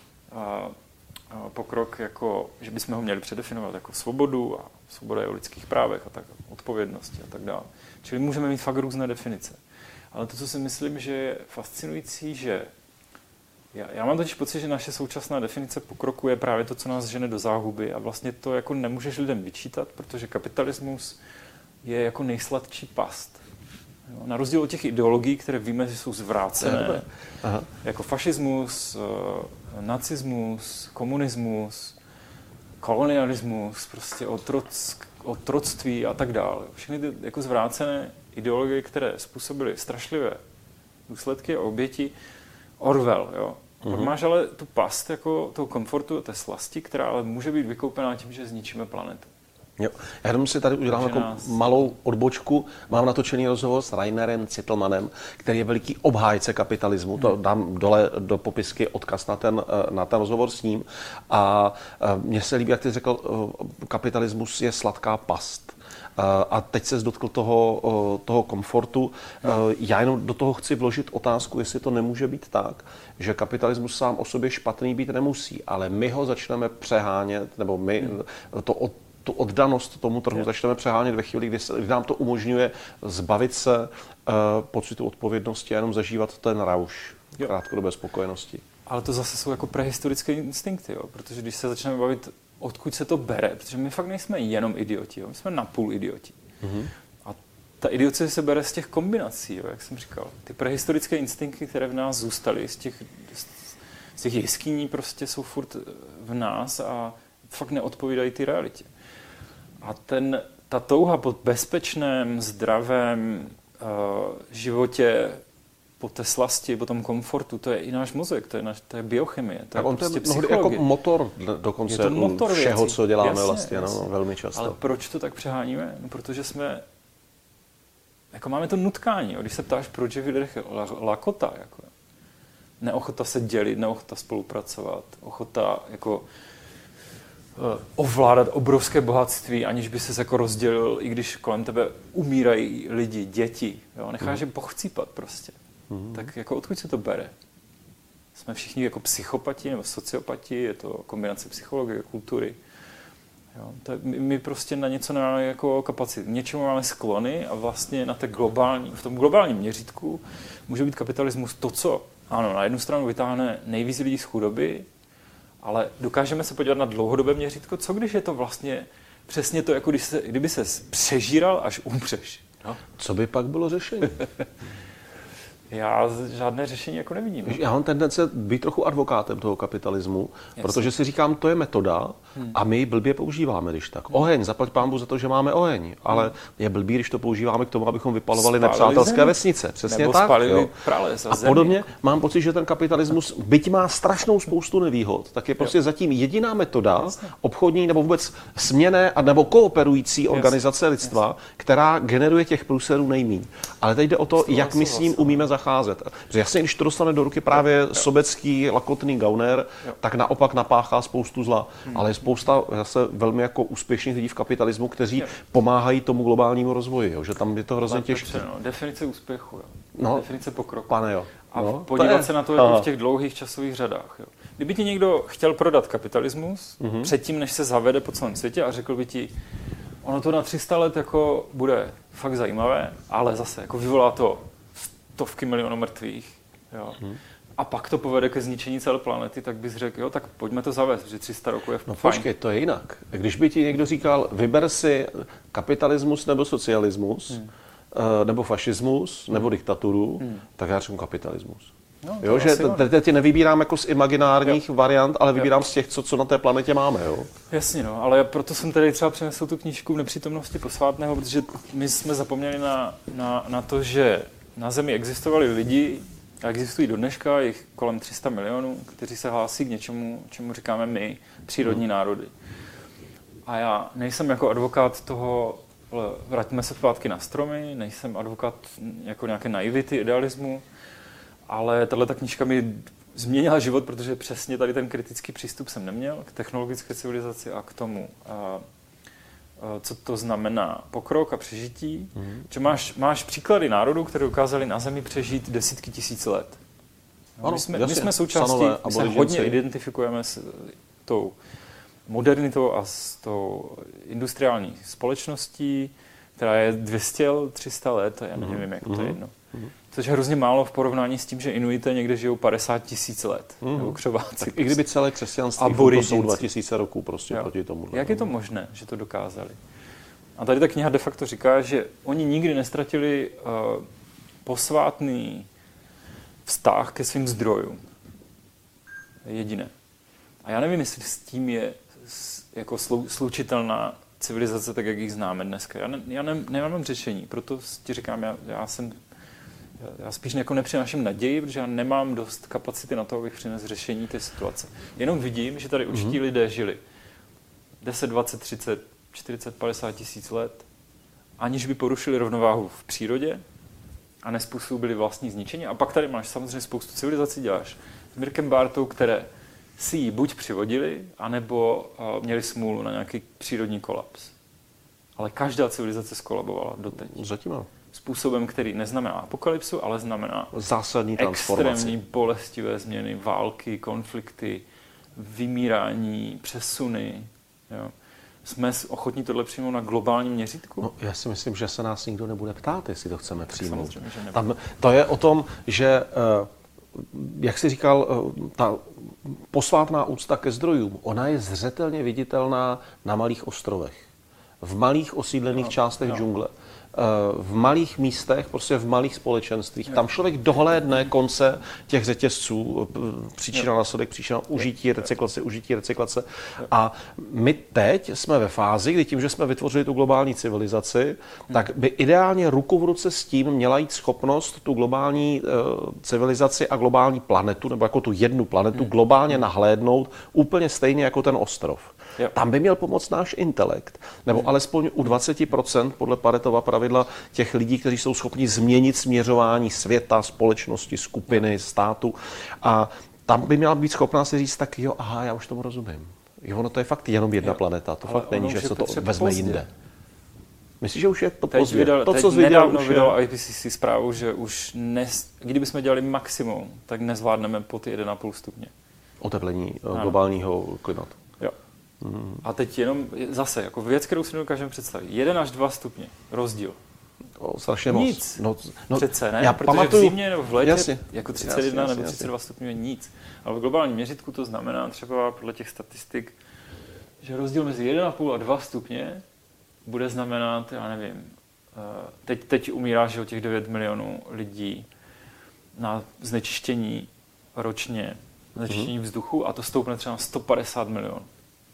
pokrok jako, že bychom ho měli předefinovat jako svobodu a svoboda je o lidských právech a tak, odpovědnosti a tak dále. Čili můžeme mít fakt různé definice. Ale to, co si myslím, že je fascinující, že já mám totiž pocit, že naše současná definice pokroku je právě to, co nás žene do záhuby a vlastně to jako nemůžeš lidem vyčítat, protože kapitalismus je jako nejsladší past. Jo? Na rozdíl od těch ideologií, které víme, že jsou zvrácené, jako fašismus, nacismus, komunismus, kolonialismus, prostě otroctví a tak dále. Všechny ty jako zvrácené ideologie, které způsobily strašlivé důsledky a oběti. Orwell, jo. Pak máš ale tu past jako toho komfortu, té slasti, která ale může být vykoupená tím, že zničíme planetu. Jo. Já jenom si tady udělám jako malou odbočku. Mám natočený rozhovor s Rainerem Zitelmannem, který je veliký obhájce kapitalismu. To dám dole do popisky odkaz na ten rozhovor s ním. A mně se líbí, jak ty řekl, kapitalismus je sladká past. A teď se dotkl toho komfortu. Já jenom do toho chci vložit otázku, jestli to nemůže být tak, že kapitalismus sám o sobě špatný být nemusí, ale my ho začneme přehánět, nebo my tu oddanost tomu trhu začneme přehánět ve chvíli, kdy nám to umožňuje zbavit se pocitu odpovědnosti a jenom zažívat ten rauš krátkodobé spokojenosti. Ale to zase jsou jako prehistorické instinkty, jo? Protože když se začneme bavit, odkud se to bere, protože my fakt nejsme jenom idioti, jo? My jsme napůl idioti. A ta idiocie se bere z těch kombinací, jo? Jak jsem říkal. Ty prehistorické instinkty, které v nás zůstaly, z těch jeskyní prostě jsou furt v nás a fakt neodpovídají ty realitě. A ta touha po bezpečném, zdravém životě, po té slasti, po tom komfortu, to je i náš mozek, to je biochemie, to je prostě psychologie. Jako motor dokonce motor všeho, co děláme jasně, vlastně, jasně. Velmi často. Ale proč to tak přeháníme? No, protože máme to nutkání. Když se ptáš, proč je v lidech lakota, jako neochota se dělit, neochota spolupracovat, ochota jako ovládat obrovské bohatství, aniž by ses jako rozdělil, i když kolem tebe umírají lidi, děti. Jo? Necháš je pochcípat prostě. Tak jako odkud se to bere? Jsme všichni jako psychopati nebo sociopati, je to kombinace psychologie, kultury. Jo? My prostě na něco nemáme jako kapacit. Něčemu máme sklony a vlastně v tom globálním měřítku může být kapitalismus to, co ano, na jednu stranu vytáhne nejvíc lidí z chudoby, ale dokážeme se podívat na dlouhodobé měřítko, co když je to vlastně přesně to, jako kdyby ses přežíral, až umřeš. No? Co by pak bylo řešení? Já žádné řešení jako nevidím. Já mám tendence být trochu advokátem toho kapitalismu, protože si říkám, to je metoda a my ji blbě používáme, když tak. Oheň, zaplať pánbu za to, že máme oheň, ale je blbý, když to používáme k tomu, abychom vypalovali nepřátelské vesnice. Přesně nebo tak. Spálili prales a podobně mám pocit, že ten kapitalismus, byť má strašnou spoustu nevýhod, tak je prostě zatím jediná metoda obchodní nebo vůbec směnné a nebo kooperující organizace lidstva, která generuje těch průserů nejméně. Ale teď jde o to, jak my s ním umíme zacházet. Protože jasně, když to dostane do ruky právě sobecký lakotný gauner, tak naopak napáchá spoustu zla. Ale je spousta zase velmi jako úspěšných lidí v kapitalismu, kteří pomáhají tomu globálnímu rozvoji. Jo? Že tam je to hrozně těžké. Definice úspěchu, definice pokroku. Pane, jo. A podívat se na to jako v těch dlouhých časových řadách. Jo. Kdyby ti někdo chtěl prodat kapitalismus předtím, než se zavede po celém světě a řekl by ti, ono to na 300 let jako bude fakt zajímavé, ale zase jako vyvolá to stovky milionů mrtvých. Jo. A pak to povede ke zničení celé planety, tak bys řekl, jo, tak pojďme to zavést, že 300 roků je fajn. Počkej, to je jinak. Když by ti někdo říkal, vyber si kapitalismus nebo socialismus, nebo fašismus, nebo diktaturu, tak já řeknu kapitalismus. No, jo, že teď nevybírám jako z imaginárních variant, ale vybírám z těch, co na té planetě máme. Jo? Jasně, no, ale proto jsem tady třeba přinesl tu knížku V nepřítomnosti posvátného, protože my jsme zapomněli na to, že na Zemi existovali lidi A existují do dneška jich kolem 300 milionů, kteří se hlásí k něčemu, čemu říkáme my, přírodní národy. A já nejsem jako advokát toho, vraťme se zpátky na stromy, nejsem advokát jako nějaké naivity, idealismu, ale tato knížka mi změnila život, protože přesně tady ten kritický přístup jsem neměl k technologické civilizaci a k tomu, co to znamená pokrok a přežití. Že máš příklady národů, které dokázali na Zemi přežít desítky tisíc let. Ano, my jsme součástí, my se hodně identifikujeme s tou modernitou a s tou industriální společností, která je 200-300 let, já nevím, jak to je jedno. Což je hrozně málo v porovnání s tím, že Inuité někde žijou 50 tisíc let. Nebo křováci. Tak i kdyby celé křesťanství to jsou 2000 roků prostě proti tomu. Jak je to možné, že to dokázali? A tady ta kniha de facto říká, že oni nikdy nestratili posvátný vztah ke svým zdrojům. Jediné. A já nevím, jestli s tím je jako slučitelná civilizace, tak jak jich známe dneska. Já nemám řešení, proto ti říkám, já spíš jako nepřináším naději, protože já nemám dost kapacity na to, abych přinesl řešení té situace. Jenom vidím, že tady určití lidé žili 10, 20, 30, 40, 50 tisíc let, aniž by porušili rovnováhu v přírodě a nespůsobili vlastní zničení. A pak tady máš samozřejmě spoustu civilizací, děláš s Mirkem Bartou, které si ji buď přivodili, anebo měli smůlu na nějaký přírodní kolaps. Ale každá civilizace skolabovala doteď. Zatím ano. Způsobem, který neznamená apokalypsu, ale znamená zásadní transformaci. Extrémní bolestivé změny, války, konflikty, vymírání, přesuny. Jo. Jsme ochotní tohle přijmout na globálním měřítku? No, já si myslím, že se nás nikdo nebude ptát, jestli to chceme přijmout. To je o tom, že, jak jsi říkal, ta posvátná úcta ke zdrojům, ona je zřetelně viditelná na malých ostrovech, v malých osídlených částech džungle. V malých místech, prostě v malých společenstvích. Tam člověk dohlédne konce těch řetězců, příčina následek, příčina užití, recyklace. A my teď jsme ve fázi, kdy tím, že jsme vytvořili tu globální civilizaci, tak by ideálně ruku v ruce s tím měla jít schopnost tu globální civilizaci a globální planetu, nebo jako tu jednu planetu, globálně nahlédnout úplně stejně jako ten ostrov. Tam by měl pomoct náš intelekt, nebo alespoň u 20% podle Paretova pravidla těch lidí, kteří jsou schopni změnit směřování světa, společnosti, skupiny, státu. A tam by měla být schopná si říct, tak jo, aha, já už tomu rozumím. Jo, ono to je fakt jenom jedna planeta, to fakt není, že se to vezme jinde. Myslíš, že už je to pozdě? Nedávno vydal IPCC zprávu, že už kdybychom dělali maximum, tak nezvládneme po ty 1,5 stupně. Oteplení globálního klimatu. A teď jenom zase, jako věc, kterou si dokážeme představit. 1 až 2 stupně rozdíl. Strašně moc. Nic. Přece ne, protože v zimě nebo v létě jako 31 nebo 32 stupňů je nic. Ale v globálním měřítku to znamená třeba podle těch statistik, že rozdíl mezi 1,5 a 2 stupně bude znamenat, já nevím, teď umírá, že o těch 9 milionů lidí na znečištění ročně, znečištění vzduchu a to stoupne třeba na 150 milionů.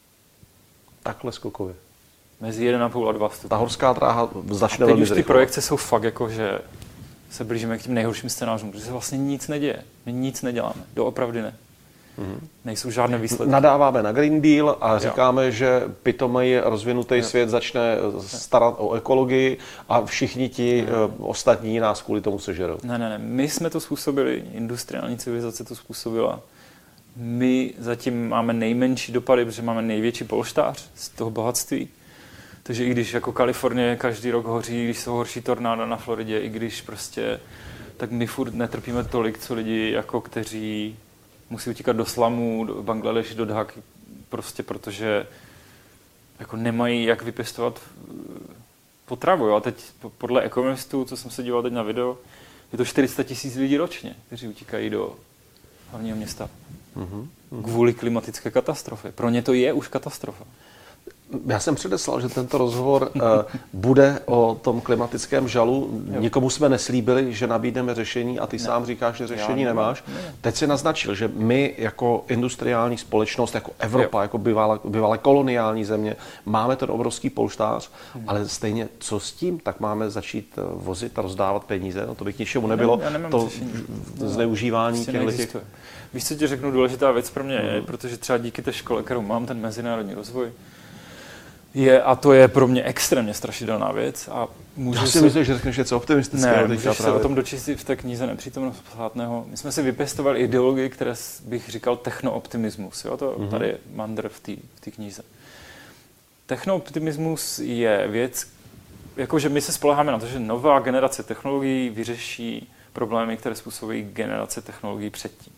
Takhle skokově. Mezi 1,5 a 2 stupně. Ta horská dráha začne velmi zrychlovat. Ty projekce jsou fakt jako, že se blížíme k těm nejhorším scénářům, protože se vlastně nic neděje. My nic neděláme. Doopravdy ne. Nejsou žádné výsledky. Nadáváme na Green Deal a říkáme, že pitomý rozvinutý svět začne starat o ekologii a všichni ti ostatní nás kvůli tomu sežerou. Ne. My jsme to způsobili, industriální civilizace to způsobila. My zatím máme nejmenší dopady, protože máme největší polštář z toho bohatství. Takže i když jako Kalifornie každý rok hoří, když jsou horší tornáda na Floridě, i když prostě, tak my furt netrpíme tolik, co lidi, jako kteří musí utíkat do slamů, do Bangladeši, do Dhaky, prostě protože jako nemají jak vypěstovat potravu. Jo? A teď podle ekonomistů, co jsem se díval teď na video, je to 400 000 lidí ročně, kteří utíkají do hlavního města. Kvůli klimatické katastrofě. Pro ně to je už katastrofa. Já jsem předeslal, že tento rozhovor bude o tom klimatickém žalu. Nikomu jsme neslíbili, že nabídneme řešení a ty sám říkáš, že řešení nemáš. Teď si naznačil, že my jako industriální společnost, jako Evropa, jako bývalé koloniální země, máme ten obrovský polštář, ale stejně co s tím, tak máme začít vozit a rozdávat peníze. No to by k ničemu nebylo. To zneužívání těch. Víš, co ti řeknu, důležitá věc pro mě je, protože třeba díky té škole, kterou mám, ten mezinárodní rozvoj, a to je pro mě extrémně strašidelná věc. A já si myslím, že řekneš něco optimistického. Ne, můžeš se o tom dočíst v té knize Nepřítomnost posvátného. My jsme si vypěstovali ideologii, které bych říkal technooptimismus. Jo? To tady je mandr v té knize. Technooptimismus je věc, jakože my se spoléháme na to, že nová generace technologií vyřeší problémy, které způsobují generace technologií předtím.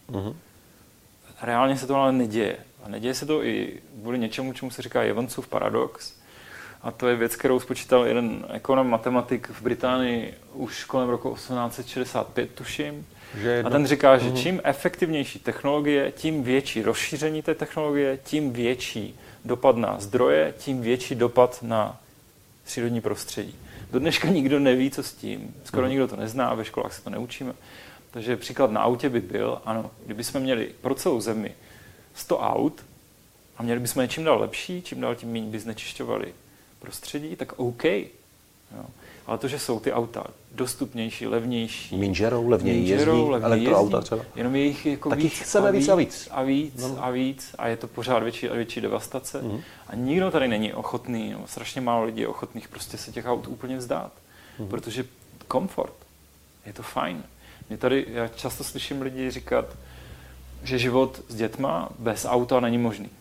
Reálně se to ale neděje. A neděje se to i kvůli něčemu, čemu se říká Jevonsův paradox. A to je věc, kterou spočítal jeden ekonom, matematik v Británii už kolem roku 1865, tuším. A ten říká, že čím efektivnější technologie, tím větší rozšíření té technologie, tím větší dopad na zdroje, tím větší dopad na přírodní prostředí. Do dneška nikdo neví, co s tím. Skoro nikdo to nezná, ve školách se to neučíme. Takže příklad na autě by byl, ano, kdybychom měli pro celou zemi 100 aut a měli bychom je čím dál lepší, čím dál tím méně by znečišťovali prostředí, tak OK. Jo. Ale to, že jsou ty auta dostupnější, levnější. Minžerou, levněji jezdí, elektroauta třeba. Jenom je jich jako tak víc chceme víc a víc. A víc a víc a je to pořád větší a větší devastace. A nikdo tady není ochotný, no, strašně málo lidí je ochotných prostě se těch aut úplně vzdát. Protože komfort, je to fajn. Já často slyším lidi říkat, že život s dětma bez auta není možný.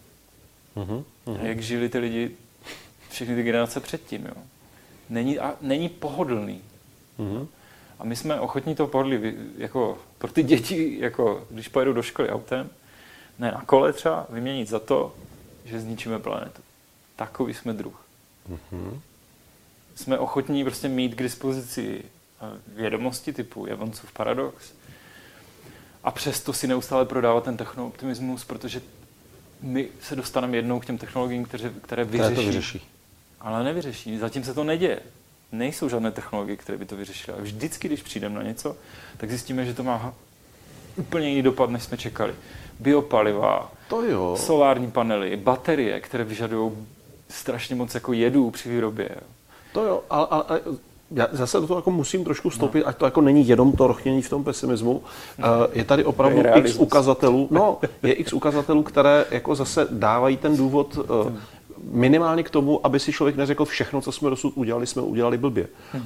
Jak žili ty lidi, všechny ty generace předtím, jo. Není pohodlný. A my jsme ochotní to pohodlí, jako pro ty děti, jako když pojedou do školy autem, ne na kole třeba, vyměnit za to, že zničíme planetu. Takový jsme druh. Jsme ochotní prostě mít k dispozici vědomosti typu Jevonsův paradox a přesto si neustále prodávat ten technooptimismus, protože my se dostaneme jednou k těm technologiím, které vyřeší. Ale nevyřeší. Zatím se to neděje. Nejsou žádné technologie, které by to vyřešily. A vždycky, když přijdeme na něco, tak zjistíme, že to má úplně jiný dopad, než jsme čekali. Biopaliva, solární panely, baterie, které vyžadují strašně moc jako jedu při výrobě. To jo, ale já zase do toho jako musím trošku vstoupit, ať to jako není jenom to rochnění v tom pesimismu. Je tady opravdu x ukazatelů, je x ukazatelů, které jako zase dávají ten důvod minimálně k tomu, aby si člověk neřekl všechno, co jsme dosud udělali, jsme udělali blbě.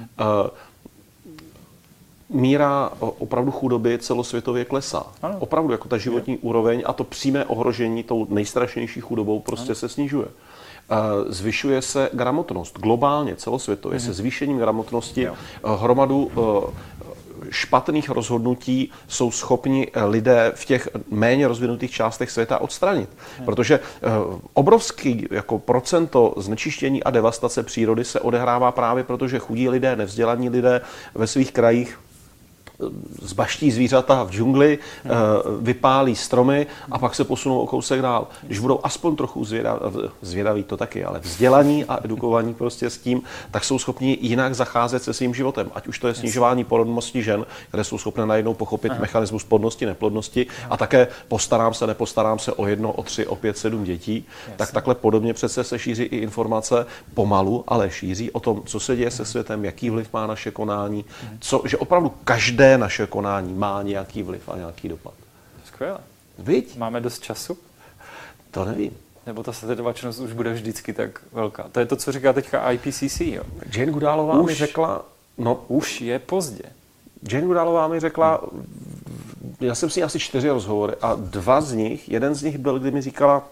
Míra opravdu chudoby celosvětově klesá. Ano. Opravdu jako ta životní úroveň a to přímé ohrožení tou nejstrašnější chudobou prostě se snižuje. Zvyšuje se gramotnost globálně, celosvětově, se zvýšením gramotnosti hromadu špatných rozhodnutí jsou schopni lidé v těch méně rozvinutých částech světa odstranit. Protože obrovský jako procento znečištění a devastace přírody se odehrává právě proto, že chudí lidé, nevzdělaní lidé ve svých krajích zbaští zvířata v džungli, vypálí stromy a pak se posunou o kousek dál. Když budou aspoň trochu zvědaví to taky, ale vzdělaní a edukovaní prostě s tím, tak jsou schopni jinak zacházet se svým životem. Ať už to je snižování porodnosti žen, které jsou schopné najednou pochopit mechanismus plodnosti, neplodnosti a také nepostarám se o 1, o 3, o 5, 7 dětí, tak takhle podobně přece se šíří i informace pomalu, ale šíří o tom, co se děje se světem, jaký vliv má naše konání, že opravdu každé naše konání má nějaký vliv a nějaký dopad. Skvěle. Viď? Máme dost času? To nevím. Nebo ta setrvačnost už bude vždycky tak velká. To je to, co říká teďka IPCC, jo? Jane Goodálová mi řekla... Už je pozdě. Jane Goodálová mi řekla... Já jsem si asi 4 rozhovory a jeden z nich byl, kdy mi říkala,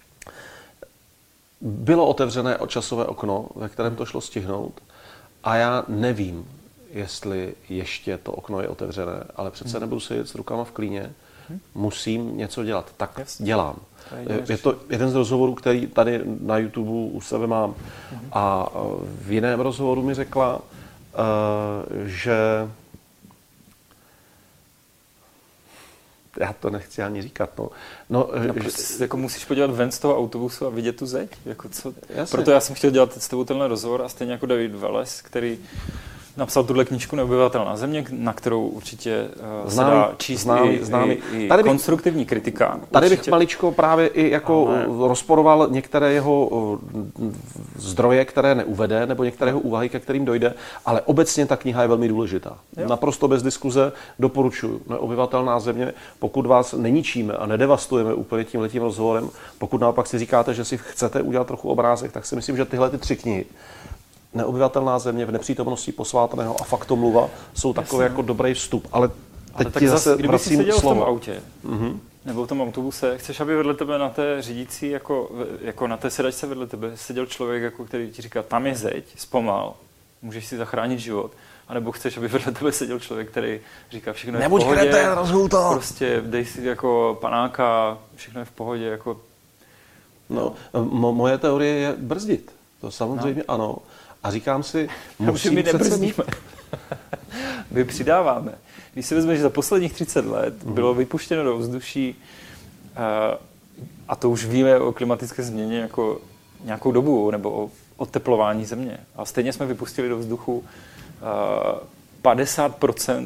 bylo otevřené časové okno, ve kterém to šlo stihnout a já nevím, jestli ještě to okno je otevřené, ale přece nebudu sedět s rukama v klíně, musím něco dělat. Tak dělám. Je to jeden z rozhovorů, který tady na YouTube u sebe mám. A v jiném rozhovoru mi řekla, že Já to nechci ani říkat. Jako musíš podívat ven z toho autobusu a vidět tu zeď. Jako co? Jasně. Proto já jsem chtěl dělat s tebou tenhle rozhovor a stejně jako David Welles, který napsal tuhle knížku Neobyvatelná země, na kterou určitě se dá číst i konstruktivní kritika. Tady bych maličko právě i jako rozporoval některé jeho zdroje, které neuvede, nebo některé jeho úvahy, ke kterým dojde, ale obecně ta kniha je velmi důležitá. Jo. Naprosto bez diskuze doporučuji. Neobyvatelná země, pokud vás neníčíme a nedevastujeme úplně tímhletím rozhovorem, pokud naopak si říkáte, že si chcete udělat trochu obrázek, tak si myslím, že tyhle ty 3 knihy Neobyvatelná země, V nepřítomnosti posvátného a Faktomluva jsou takové jako dobrý vstup. Ale teď ti zase kdyby jsi seděl slovo. V tom autě, nebo v tom autobuse, chceš, aby vedle tebe na té řídící, jako na té sedačce vedle tebe seděl člověk, jako, který ti říká, tam je zeď, zpomal, můžeš si zachránit život. A nebo chceš, aby vedle tebe seděl člověk, který říká, všechno je v pohodě. Nebuď kreten, rozhul to. Prostě dej si jako panáka, všechno je v pohodě. Jako... Moje teorie je brzdit. To samozřejmě ano. A říkám si, musím my nebrzdíme. My přidáváme. Když si vezmeš, že za posledních 30 let bylo vypuštěno do ovzduší, a to už víme o klimatické změně jako nějakou dobu, nebo o oteplování země. A stejně jsme vypustili do vzduchu 50%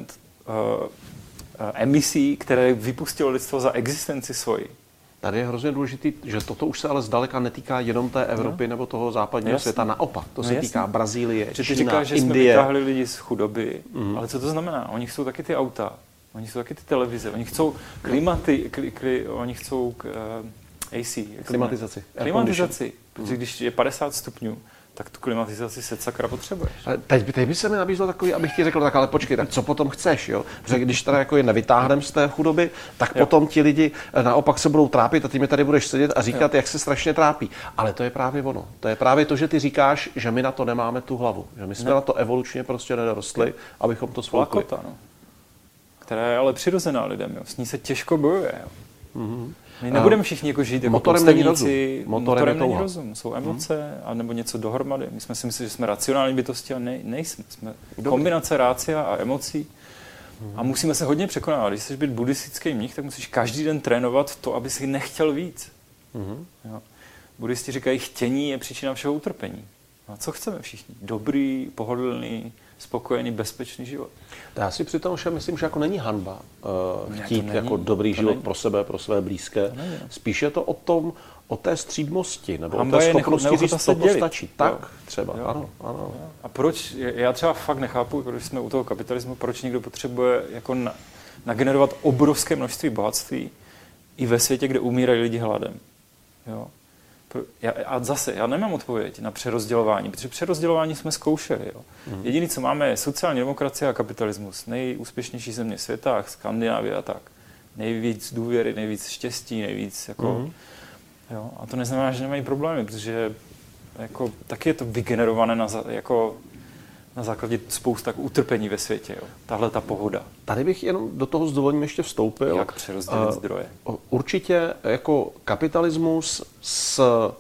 emisí, které vypustilo lidstvo za existenci svoji. Tady je hrozně důležitý, že toto už se ale zdaleka netýká jenom té Evropy nebo toho západního světa. Naopak, to se týká Brazílie, Čína, ty říkáš, že Indie. jsme vytáhli lidi z chudoby, ale co to znamená? Oni chcou taky ty auta, oni chcou taky ty televize, oni chcou oni chcou AC. Klimatizaci. Protože když je 50 stupňů, tak tu klimatizaci se sakra potřebuješ. Teď by se mi nabízlo takový, abych ti řekl, tak ale počkej, tak co potom chceš, jo? Protože když teda jako je nevytáhneme z té chudoby, tak potom ti lidi naopak se budou trápit a ty mi tady budeš sedět a říkat, jak se strašně trápí. Ale to je právě ono. To je právě to, že ty říkáš, že my na to nemáme tu hlavu. Že my jsme na to evolučně prostě nedorostli, abychom to svládli. Lakota, která je ale přirozená lidem, jo? S ní se těžko bojuje, jo? My nebudeme všichni jako žít jako motorem není rozum. Jsou emoce, anebo něco dohromady. My jsme si mysleli, že jsme racionální bytosti a nejsme. Jsme kombinace rácia a emocí. A musíme se hodně překonávat. Když chceš být buddhistický mnich, tak musíš každý den trénovat to, aby si nechtěl víc. Jo. Buddhisti říkají, chtění je příčina všeho utrpení. A co chceme všichni? Dobrý, pohodlný, spokojený, bezpečný život. Já si přitom všem myslím, že jako není hanba chtít jako dobrý život pro sebe, pro své blízké. Spíš je to o té střídmosti, nebo hamba o té schopnosti říct, to stačí. Tak třeba, jo. Ano. A proč, já třeba fakt nechápu, když jsme u toho kapitalismu, proč někdo potřebuje jako nagenerovat obrovské množství bohatství i ve světě, kde umírají lidi hladem. Jo. Já nemám odpověď na přerozdělování, protože přerozdělování jsme zkoušeli. Jo. Jediné, co máme, je sociální demokracie a kapitalismus. Nejúspěšnější země světa, Skandinávie a tak. Nejvíc důvěry, nejvíc štěstí, nejvíc jako... Jo. A to neznamená, že nemají problémy, protože jako, taky je to vygenerované na základě spousta utrpení ve světě. Jo. Tahle ta pohoda. Tady bych jenom do toho s dovolením ještě vstoupil. Jak přerozdělit zdroje? Určitě jako kapitalismus s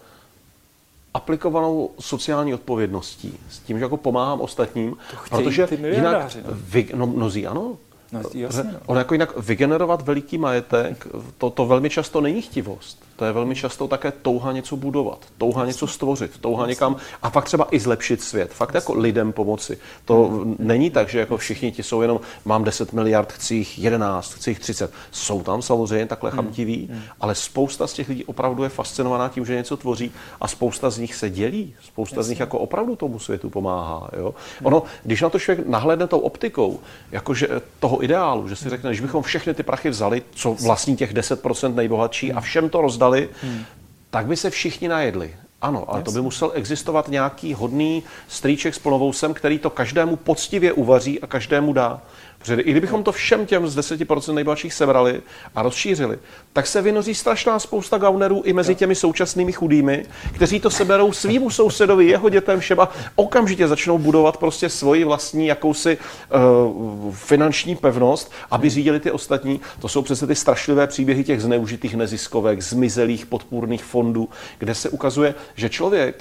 aplikovanou sociální odpovědností, s tím, že jako pomáhám ostatním, to chtějí protože ty miliardáři, jinak mnozí ano. Jasně, On jako jinak vygenerovat veliký majetek, to velmi často není chtivost. To je velmi často také touha něco budovat, touha něco stvořit, touha někam a fakt třeba i zlepšit svět, fakt jako lidem pomoci. To není tak, že jako všichni ti jsou jenom, mám 10 miliard, chci jich 11, chci jich 30. Jsou tam samozřejmě takhle chamtiví, ale spousta z těch lidí opravdu je fascinovaná tím, že něco tvoří a spousta z nich se dělí, spousta z nich jako opravdu tomu světu pomáhá. Jo? Ono, když na to člověk nahlédne tou optikou, jakože toho ideálu, že si řekne, když bychom všechny ty prachy vzali, co vlastní těch 10% nejbohatší a všem to rozdali, tak by se všichni najedli. Ano, ale to by musel existovat nějaký hodný strýček s plnovousem, který to každému poctivě uvaří a každému dá. Protože i kdybychom to všem těm z 10% nejbohatších sebrali a rozšířili, tak se vynoří strašná spousta gaunerů i mezi těmi současnými chudými, kteří to seberou svýmu sousedovi, jeho dětem, všem a okamžitě začnou budovat prostě svoji vlastní jakousi finanční pevnost, aby řídili ty ostatní. To jsou přece ty strašlivé příběhy těch zneužitých neziskovek, zmizelých podpůrných fondů, kde se ukazuje, že člověk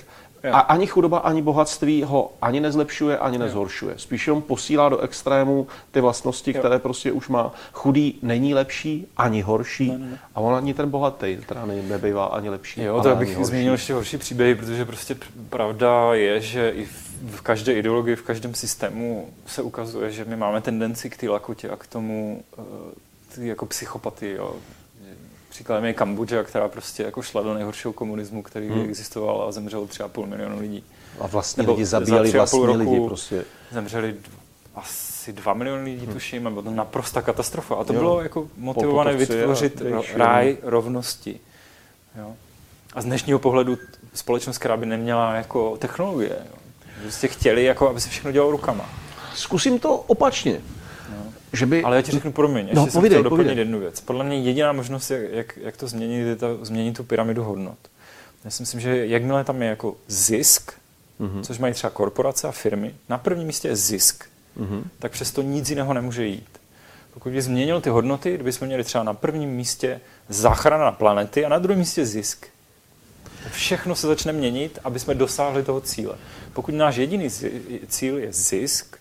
A ani chudoba, ani bohatství ho ani nezlepšuje, ani nezhoršuje. Spíš jenom posílá do extrému ty vlastnosti, které prostě už má. Chudý není lepší, ani horší. Ne. A on ani ten bohatý, teda nebývá ani lepší. Jo, to bych zmínil ještě horší příběhy, protože prostě pravda je, že i v každé ideologii, v každém systému se ukazuje, že my máme tendenci k té lakotě a k tomu jako psychopatii. Jo. Příkladem je Kambodža, která prostě jako šla do nejhoršího komunismu, který existoval a zemřelo 3,5 milionu lidí. A vlastně lidi zabíjeli vlastní lidi prostě. Zemřeli asi 2 miliony lidí, tuším, a byla to naprosta katastrofa. A to bylo jako motivované vytvořit ráj rovnosti. Jo. A z dnešního pohledu společnost, která by neměla jako technologie, jo. Prostě chtěli, jako, aby se všechno dělalo rukama. Zkusím to opačně. Že by... Ale já ti řeknu, promiň, ještě jsem chtěl doplnit jednu věc. Podle mě jediná možnost, jak to změnit, je změnit tu pyramidu hodnot. Já si myslím, že jakmile tam je jako zisk, což mají třeba korporace a firmy, na prvním místě je zisk, tak přesto nic jiného nemůže jít. Pokud by změnil ty hodnoty, kdybychom měli třeba na prvním místě záchrana planety a na druhém místě zisk. Všechno se začne měnit, aby jsme dosáhli toho cíle. Pokud náš jediný cíl je zisk,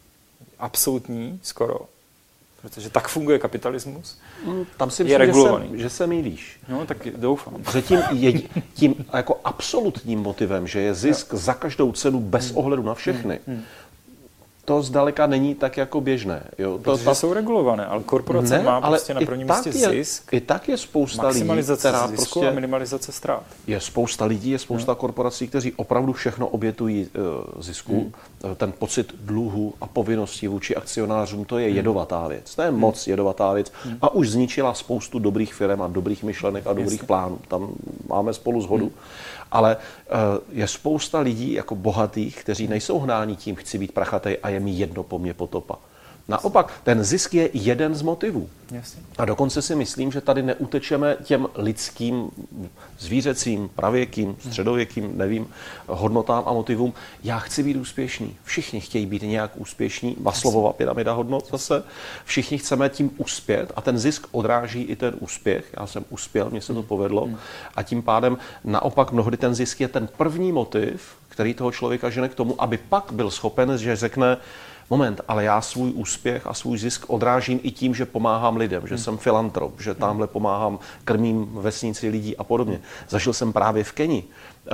absolutní skoro, protože tak funguje kapitalismus, tam si je regulovaný. Že se mýlíš. No, tak doufám. Že tím jako absolutním motivem, že je zisk za každou cenu bez ohledu na všechny, to zdaleka není tak jako běžné. Jo? Protože jsou regulované, ale korporace má prostě na prvním místě zisk. I tak je spousta lidí, která zisku prostě a minimalizace ztrát. Je spousta lidí, je spousta korporací, kteří opravdu všechno obětují zisku. Ten pocit dluhu a povinností vůči akcionářům, to je jedovatá věc. To je moc jedovatá věc. A už zničila spoustu dobrých firem a dobrých myšlenek a dobrých plánů. Tam máme spolu shodu. Ale je spousta lidí jako bohatých, kteří nejsou hnáni tím, chci být prachatej a je mi jedno po mně potopa. Naopak, ten zisk je jeden z motivů. Jasně. A dokonce si myslím, že tady neutečeme těm lidským, zvířecím, pravěkým, středověkým, nevím, hodnotám a motivům. Já chci být úspěšný. Všichni chtějí být nějak úspěšní. Maslowova pyramida hodnot zase. Všichni chceme tím uspět a ten zisk odráží i ten úspěch. Já jsem uspěl, mně se to povedlo. A tím pádem naopak mnohdy ten zisk je ten první motiv, který toho člověka žene k tomu, aby pak byl schopen, že řekne, moment, ale já svůj úspěch a svůj zisk odrážím i tím, že pomáhám lidem, že jsem filantrop, že tamhle pomáhám, krmím vesnici lidí a podobně. Zažil jsem právě v Keni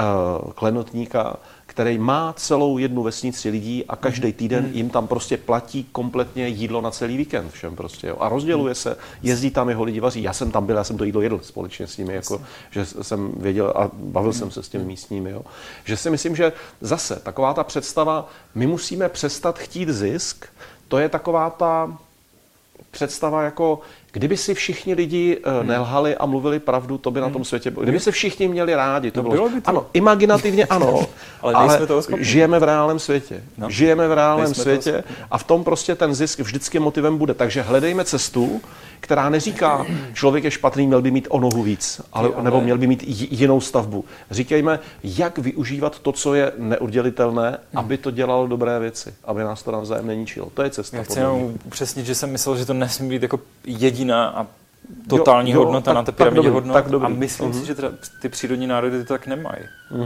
klenotníka, který má celou jednu vesnici lidí a každý týden jim tam prostě platí kompletně jídlo na celý víkend všem prostě. Jo. A rozděluje se, jezdí tam, jeho lidi vaří. Já jsem tam byl, já jsem to jídlo jedl společně s nimi, jako, že jsem věděl a bavil jsem se s těmi místními. Jo. Že si myslím, že zase taková ta představa, my musíme přestat chtít zisk, to je taková ta představa jako, kdyby si všichni lidi nelhali a mluvili pravdu, to by na tom světě bylo. Kdyby se všichni měli rádi, to bylo. By to. Ano, imaginativně ano, ale žijeme v reálném světě. No. Žijeme v reálném světě a v tom prostě ten zisk vždycky motivem bude. Takže hledejme cestu, která neříká, člověk je špatný, měl by mít o nohu víc, nebo měl by mít jinou stavbu. Říkejme, jak využívat to, co je neoddělitelné, aby to dělalo dobré věci, aby nás to navzájem neničilo. To je cesta. Já chci jenom upřesnit, že jsem myslel, že to nesmí být jako jediná a totální hodnota na té pyramidě hodnot. A myslím si, že teda ty přírodní národy to tak nemají.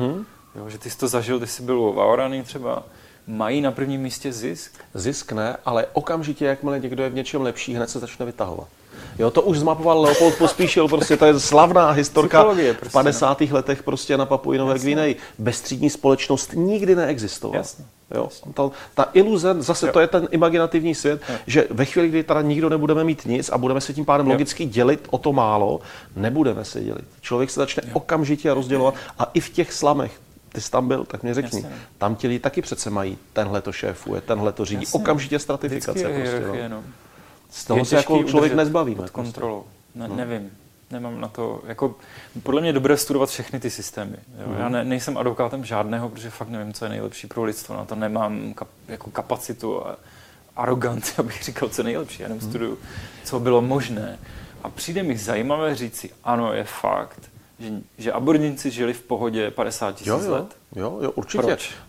Jo, že ty jsi to zažil, ty jsi byl v Auranii třeba, mají na prvním místě zisk? Zisk ne, ale okamžitě, jakmile někdo je v něčem lepší, hned se začne vytahovat. Jo, to už zmapoval Leopold Pospíšil, prostě to je slavná historka prostě, v 50. letech prostě na Papui Nové Gvineji. Bezstřídní společnost nikdy neexistovala. Jasně. Jo, ta iluze, zase to je ten imaginativní svět, že ve chvíli, kdy teda nikdo nebudeme mít nic a budeme se tím pádem logicky dělit o to málo, nebudeme se dělit. Člověk se začne okamžitě rozdělovat a i v těch slamech, ty jsi tam byl, tak mě řekni, tam ti lidi taky přece mají, tenhle to šéfuje, tenhle to řídí, okamžitě stratifikace. Prostě, no. Z toho se jako člověk nezbavíme. Pod kontrolou. Nevím. Nemám na to, jako, podle mě je dobré studovat všechny ty systémy. Jo? Já nejsem advokátem žádného, protože fakt nevím, co je nejlepší pro lidstvo. Na to nemám jako kapacitu a aroganci, abych říkal, co je nejlepší. Já jenom studuju, co bylo možné. A přijde mi zajímavé říci, ano, je fakt, že aborigínci žili v pohodě 50 000 let. Jo, určitě. Proč?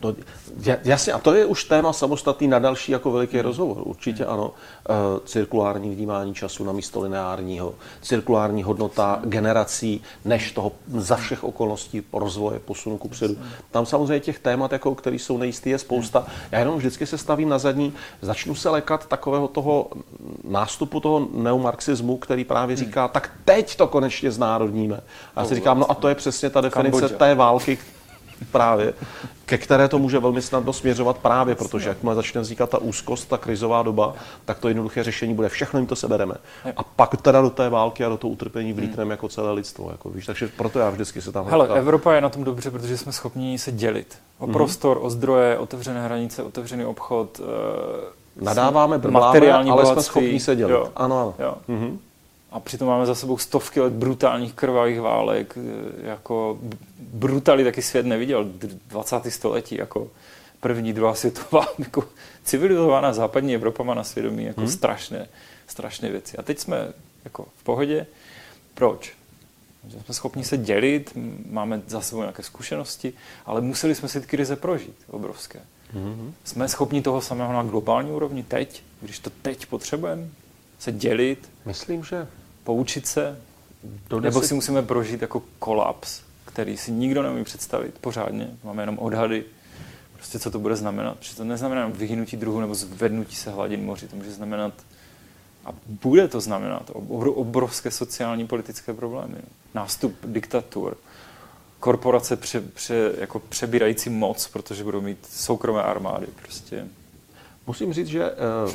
No, jasně, a to je už téma samostatný na další jako veliký rozhovor. Určitě ano. Cirkulární vnímání času na místo lineárního, cirkulární hodnota generací, než toho za všech okolností rozvoje, posunu kupředu. Tam samozřejmě těch témat, jako, které jsou nejistý, je spousta. Já jenom vždycky se stavím na zadní, začnu se lekat takového toho nástupu toho neomarxismu, který právě říká, tak teď to konečně znárodníme. A já si říkám, no a to je přesně ta definice té války, právě, ke které to může velmi snadno směřovat právě, protože jakmile začne vznikat ta úzkost, ta krizová doba, tak to jednoduché řešení bude, všechno jim to sebereme. A pak teda do té války a do toho utrpení vlítneme jako celé lidstvo. Jako, víš, takže proto já vždycky se tam... Hele, Evropa je na tom dobře, protože jsme schopni se dělit. O prostor, o zdroje, otevřené hranice, otevřený obchod. Nadáváme, brbláme, ale jsme schopni se dělit. Jo. Ano. Jo. A přitom máme za sebou stovky let brutálních krvavých válek. Jako brutálně taky svět neviděl. 20. století, jako první, druhá světová, jako civilizovaná západní Evropa má na svědomí jako strašné věci. A teď jsme jako v pohodě. Proč? Že jsme schopni se dělit, máme za sebou nějaké zkušenosti, ale museli jsme si ty krize prožít, obrovské. Jsme schopni toho samého na globální úrovni teď, když to teď potřebujeme, se dělit. Myslím, že poučit se, nebo si musíme prožít jako kolaps, který si nikdo neumí představit pořádně. Máme jenom odhady, prostě co to bude znamenat. Protože to neznamená vyhynutí druhu nebo zvednutí se hladin moři. To může znamenat, a bude to znamenat, obrovské sociální politické problémy. Nástup diktatur, korporace jako přebírající moc, protože budou mít soukromé armády. Prostě. Musím říct, že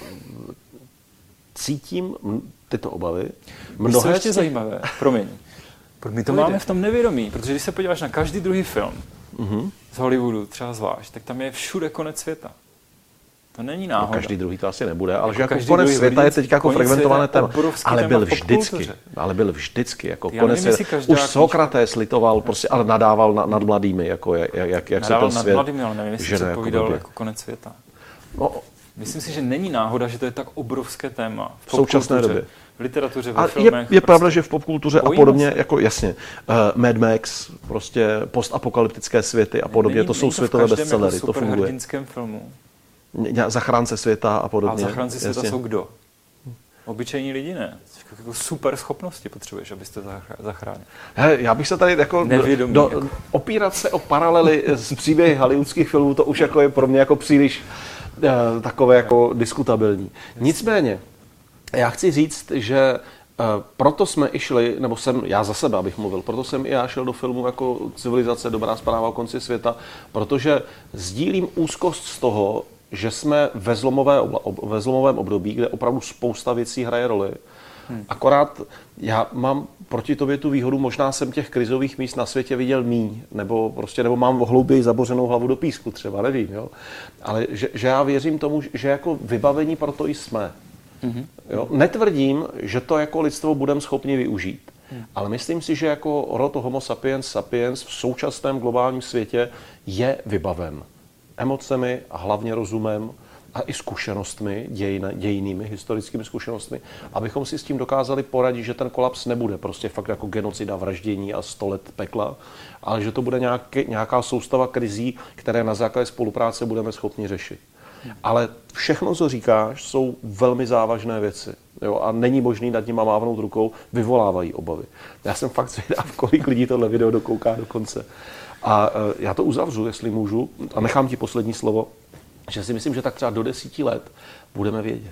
cítím tyto obavy. To je ještě zajímavé, promiň. My to máme v tom nevědomí, protože když se podíváš na každý druhý film z Hollywoodu, třeba zvlášť, tak tam je všude konec světa. To není náhoda. Každý druhý to asi nebude, ale že jako konec světa je teď jako fragmentované téma. Ale byl vždycky jako konec světa. Už Sokrates litoval, prostě, ale nadával nad mladými, jako jak se ten svět... Nadával nad mladými, ale nevím, jestli se povídal jako konec světa. No, myslím si, že není náhoda, že to je tak obrovské téma v současné době. V literatuře, ve filmech. Je pravda, že v popkultuře a podobně, jako jasně, Mad Max, prostě postapokalyptické světy a podobně, to jsou světové bestsellery, to funguje. V hrdinském filmu. Zachránce světa a podobně. A zachránci světa jsou kdo? Obyčejní lidi ne. Jako super schopnosti potřebuješ, abyste zachránil. Já bych se tady jako opírat se o paralely z příběhy hollywoodských filmů, to už jako je pro mě jako příliš takové jako diskutabilní. Nicméně, já chci říct, že proto jsme i šli, nebo já za sebe, abych mluvil, proto jsem i já šel do filmu jako Civilizace, dobrá zpráva o konci světa, protože sdílím úzkost z toho, že jsme ve zlomovém období, kde opravdu spousta věcí hraje roli. Akorát já mám proti tobě tu výhodu, možná jsem těch krizových míst na světě viděl míň, nebo mám hlouběji zabořenou hlavu do písku třeba, nevím, jo. Ale že já věřím tomu, že jako vybavení pro to jsme. Jo? Netvrdím, že to jako lidstvo budeme schopni využít, ale myslím si, že jako rod Homo sapiens sapiens v současném globálním světě je vybaven emocemi a hlavně rozumem a i zkušenostmi, dějinými, historickými zkušenostmi, abychom si s tím dokázali poradit, že ten kolaps nebude prostě fakt jako genocida, vraždění a 100 let pekla, ale že to bude nějaká soustava krizí, které na základě spolupráce budeme schopni řešit. Ale všechno, co říkáš, jsou velmi závažné věci. Jo? A není možný nad nima mávnout rukou, vyvolávají obavy. Já jsem fakt zvědav, kolik lidí tohle video dokouká do konce. A já to uzavřu, jestli můžu, a nechám ti poslední slovo, že si myslím, že tak třeba do 10 let budeme vědět.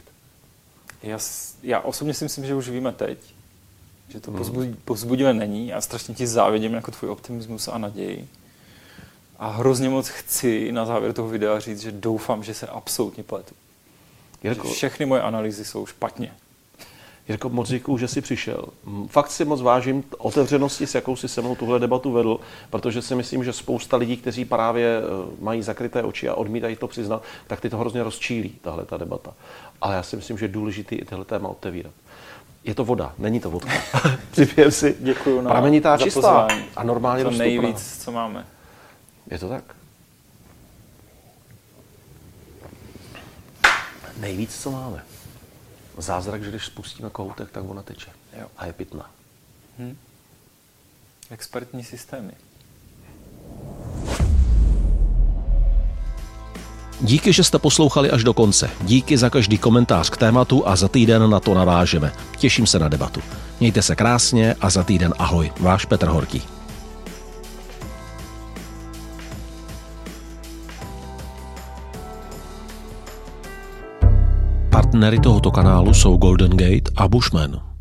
Já osobně si myslím, že už víme teď, že to povzbudivé není. Já strašně ti závidím jako tvůj optimismus a naději. A hrozně moc chci na závěr toho videa říct, že doufám, že se absolutně pletu. Jirko, že všechny moje analýzy jsou špatně. Jirko, moc děkuju, že jsi přišel. Fakt si moc vážím otevřenosti, s jakou si se mnou tuhle debatu vedl, protože si myslím, že spousta lidí, kteří právě mají zakryté oči a odmítají to přiznat, tak ty to hrozně rozčílí, tahle ta debata. Ale já si myslím, že je důležité i tohle téma otevírat. Je to voda, není to vodka. Připijem si. Děkuju pramenitá, čistá a normálně to dostupná. Nejvíc, co máme. Je to tak? Nejvíc, co máme. Zázrak, že když spustíme kohoutek, tak ona teče. Jo. A je pitná. Expertní systémy. Díky, že jste poslouchali až do konce. Díky za každý komentář k tématu a za týden na to navážeme. Těším se na debatu. Mějte se krásně a za týden ahoj. Váš Petr Horký. Partnery tohoto kanálu jsou Golden Gate a Bushman.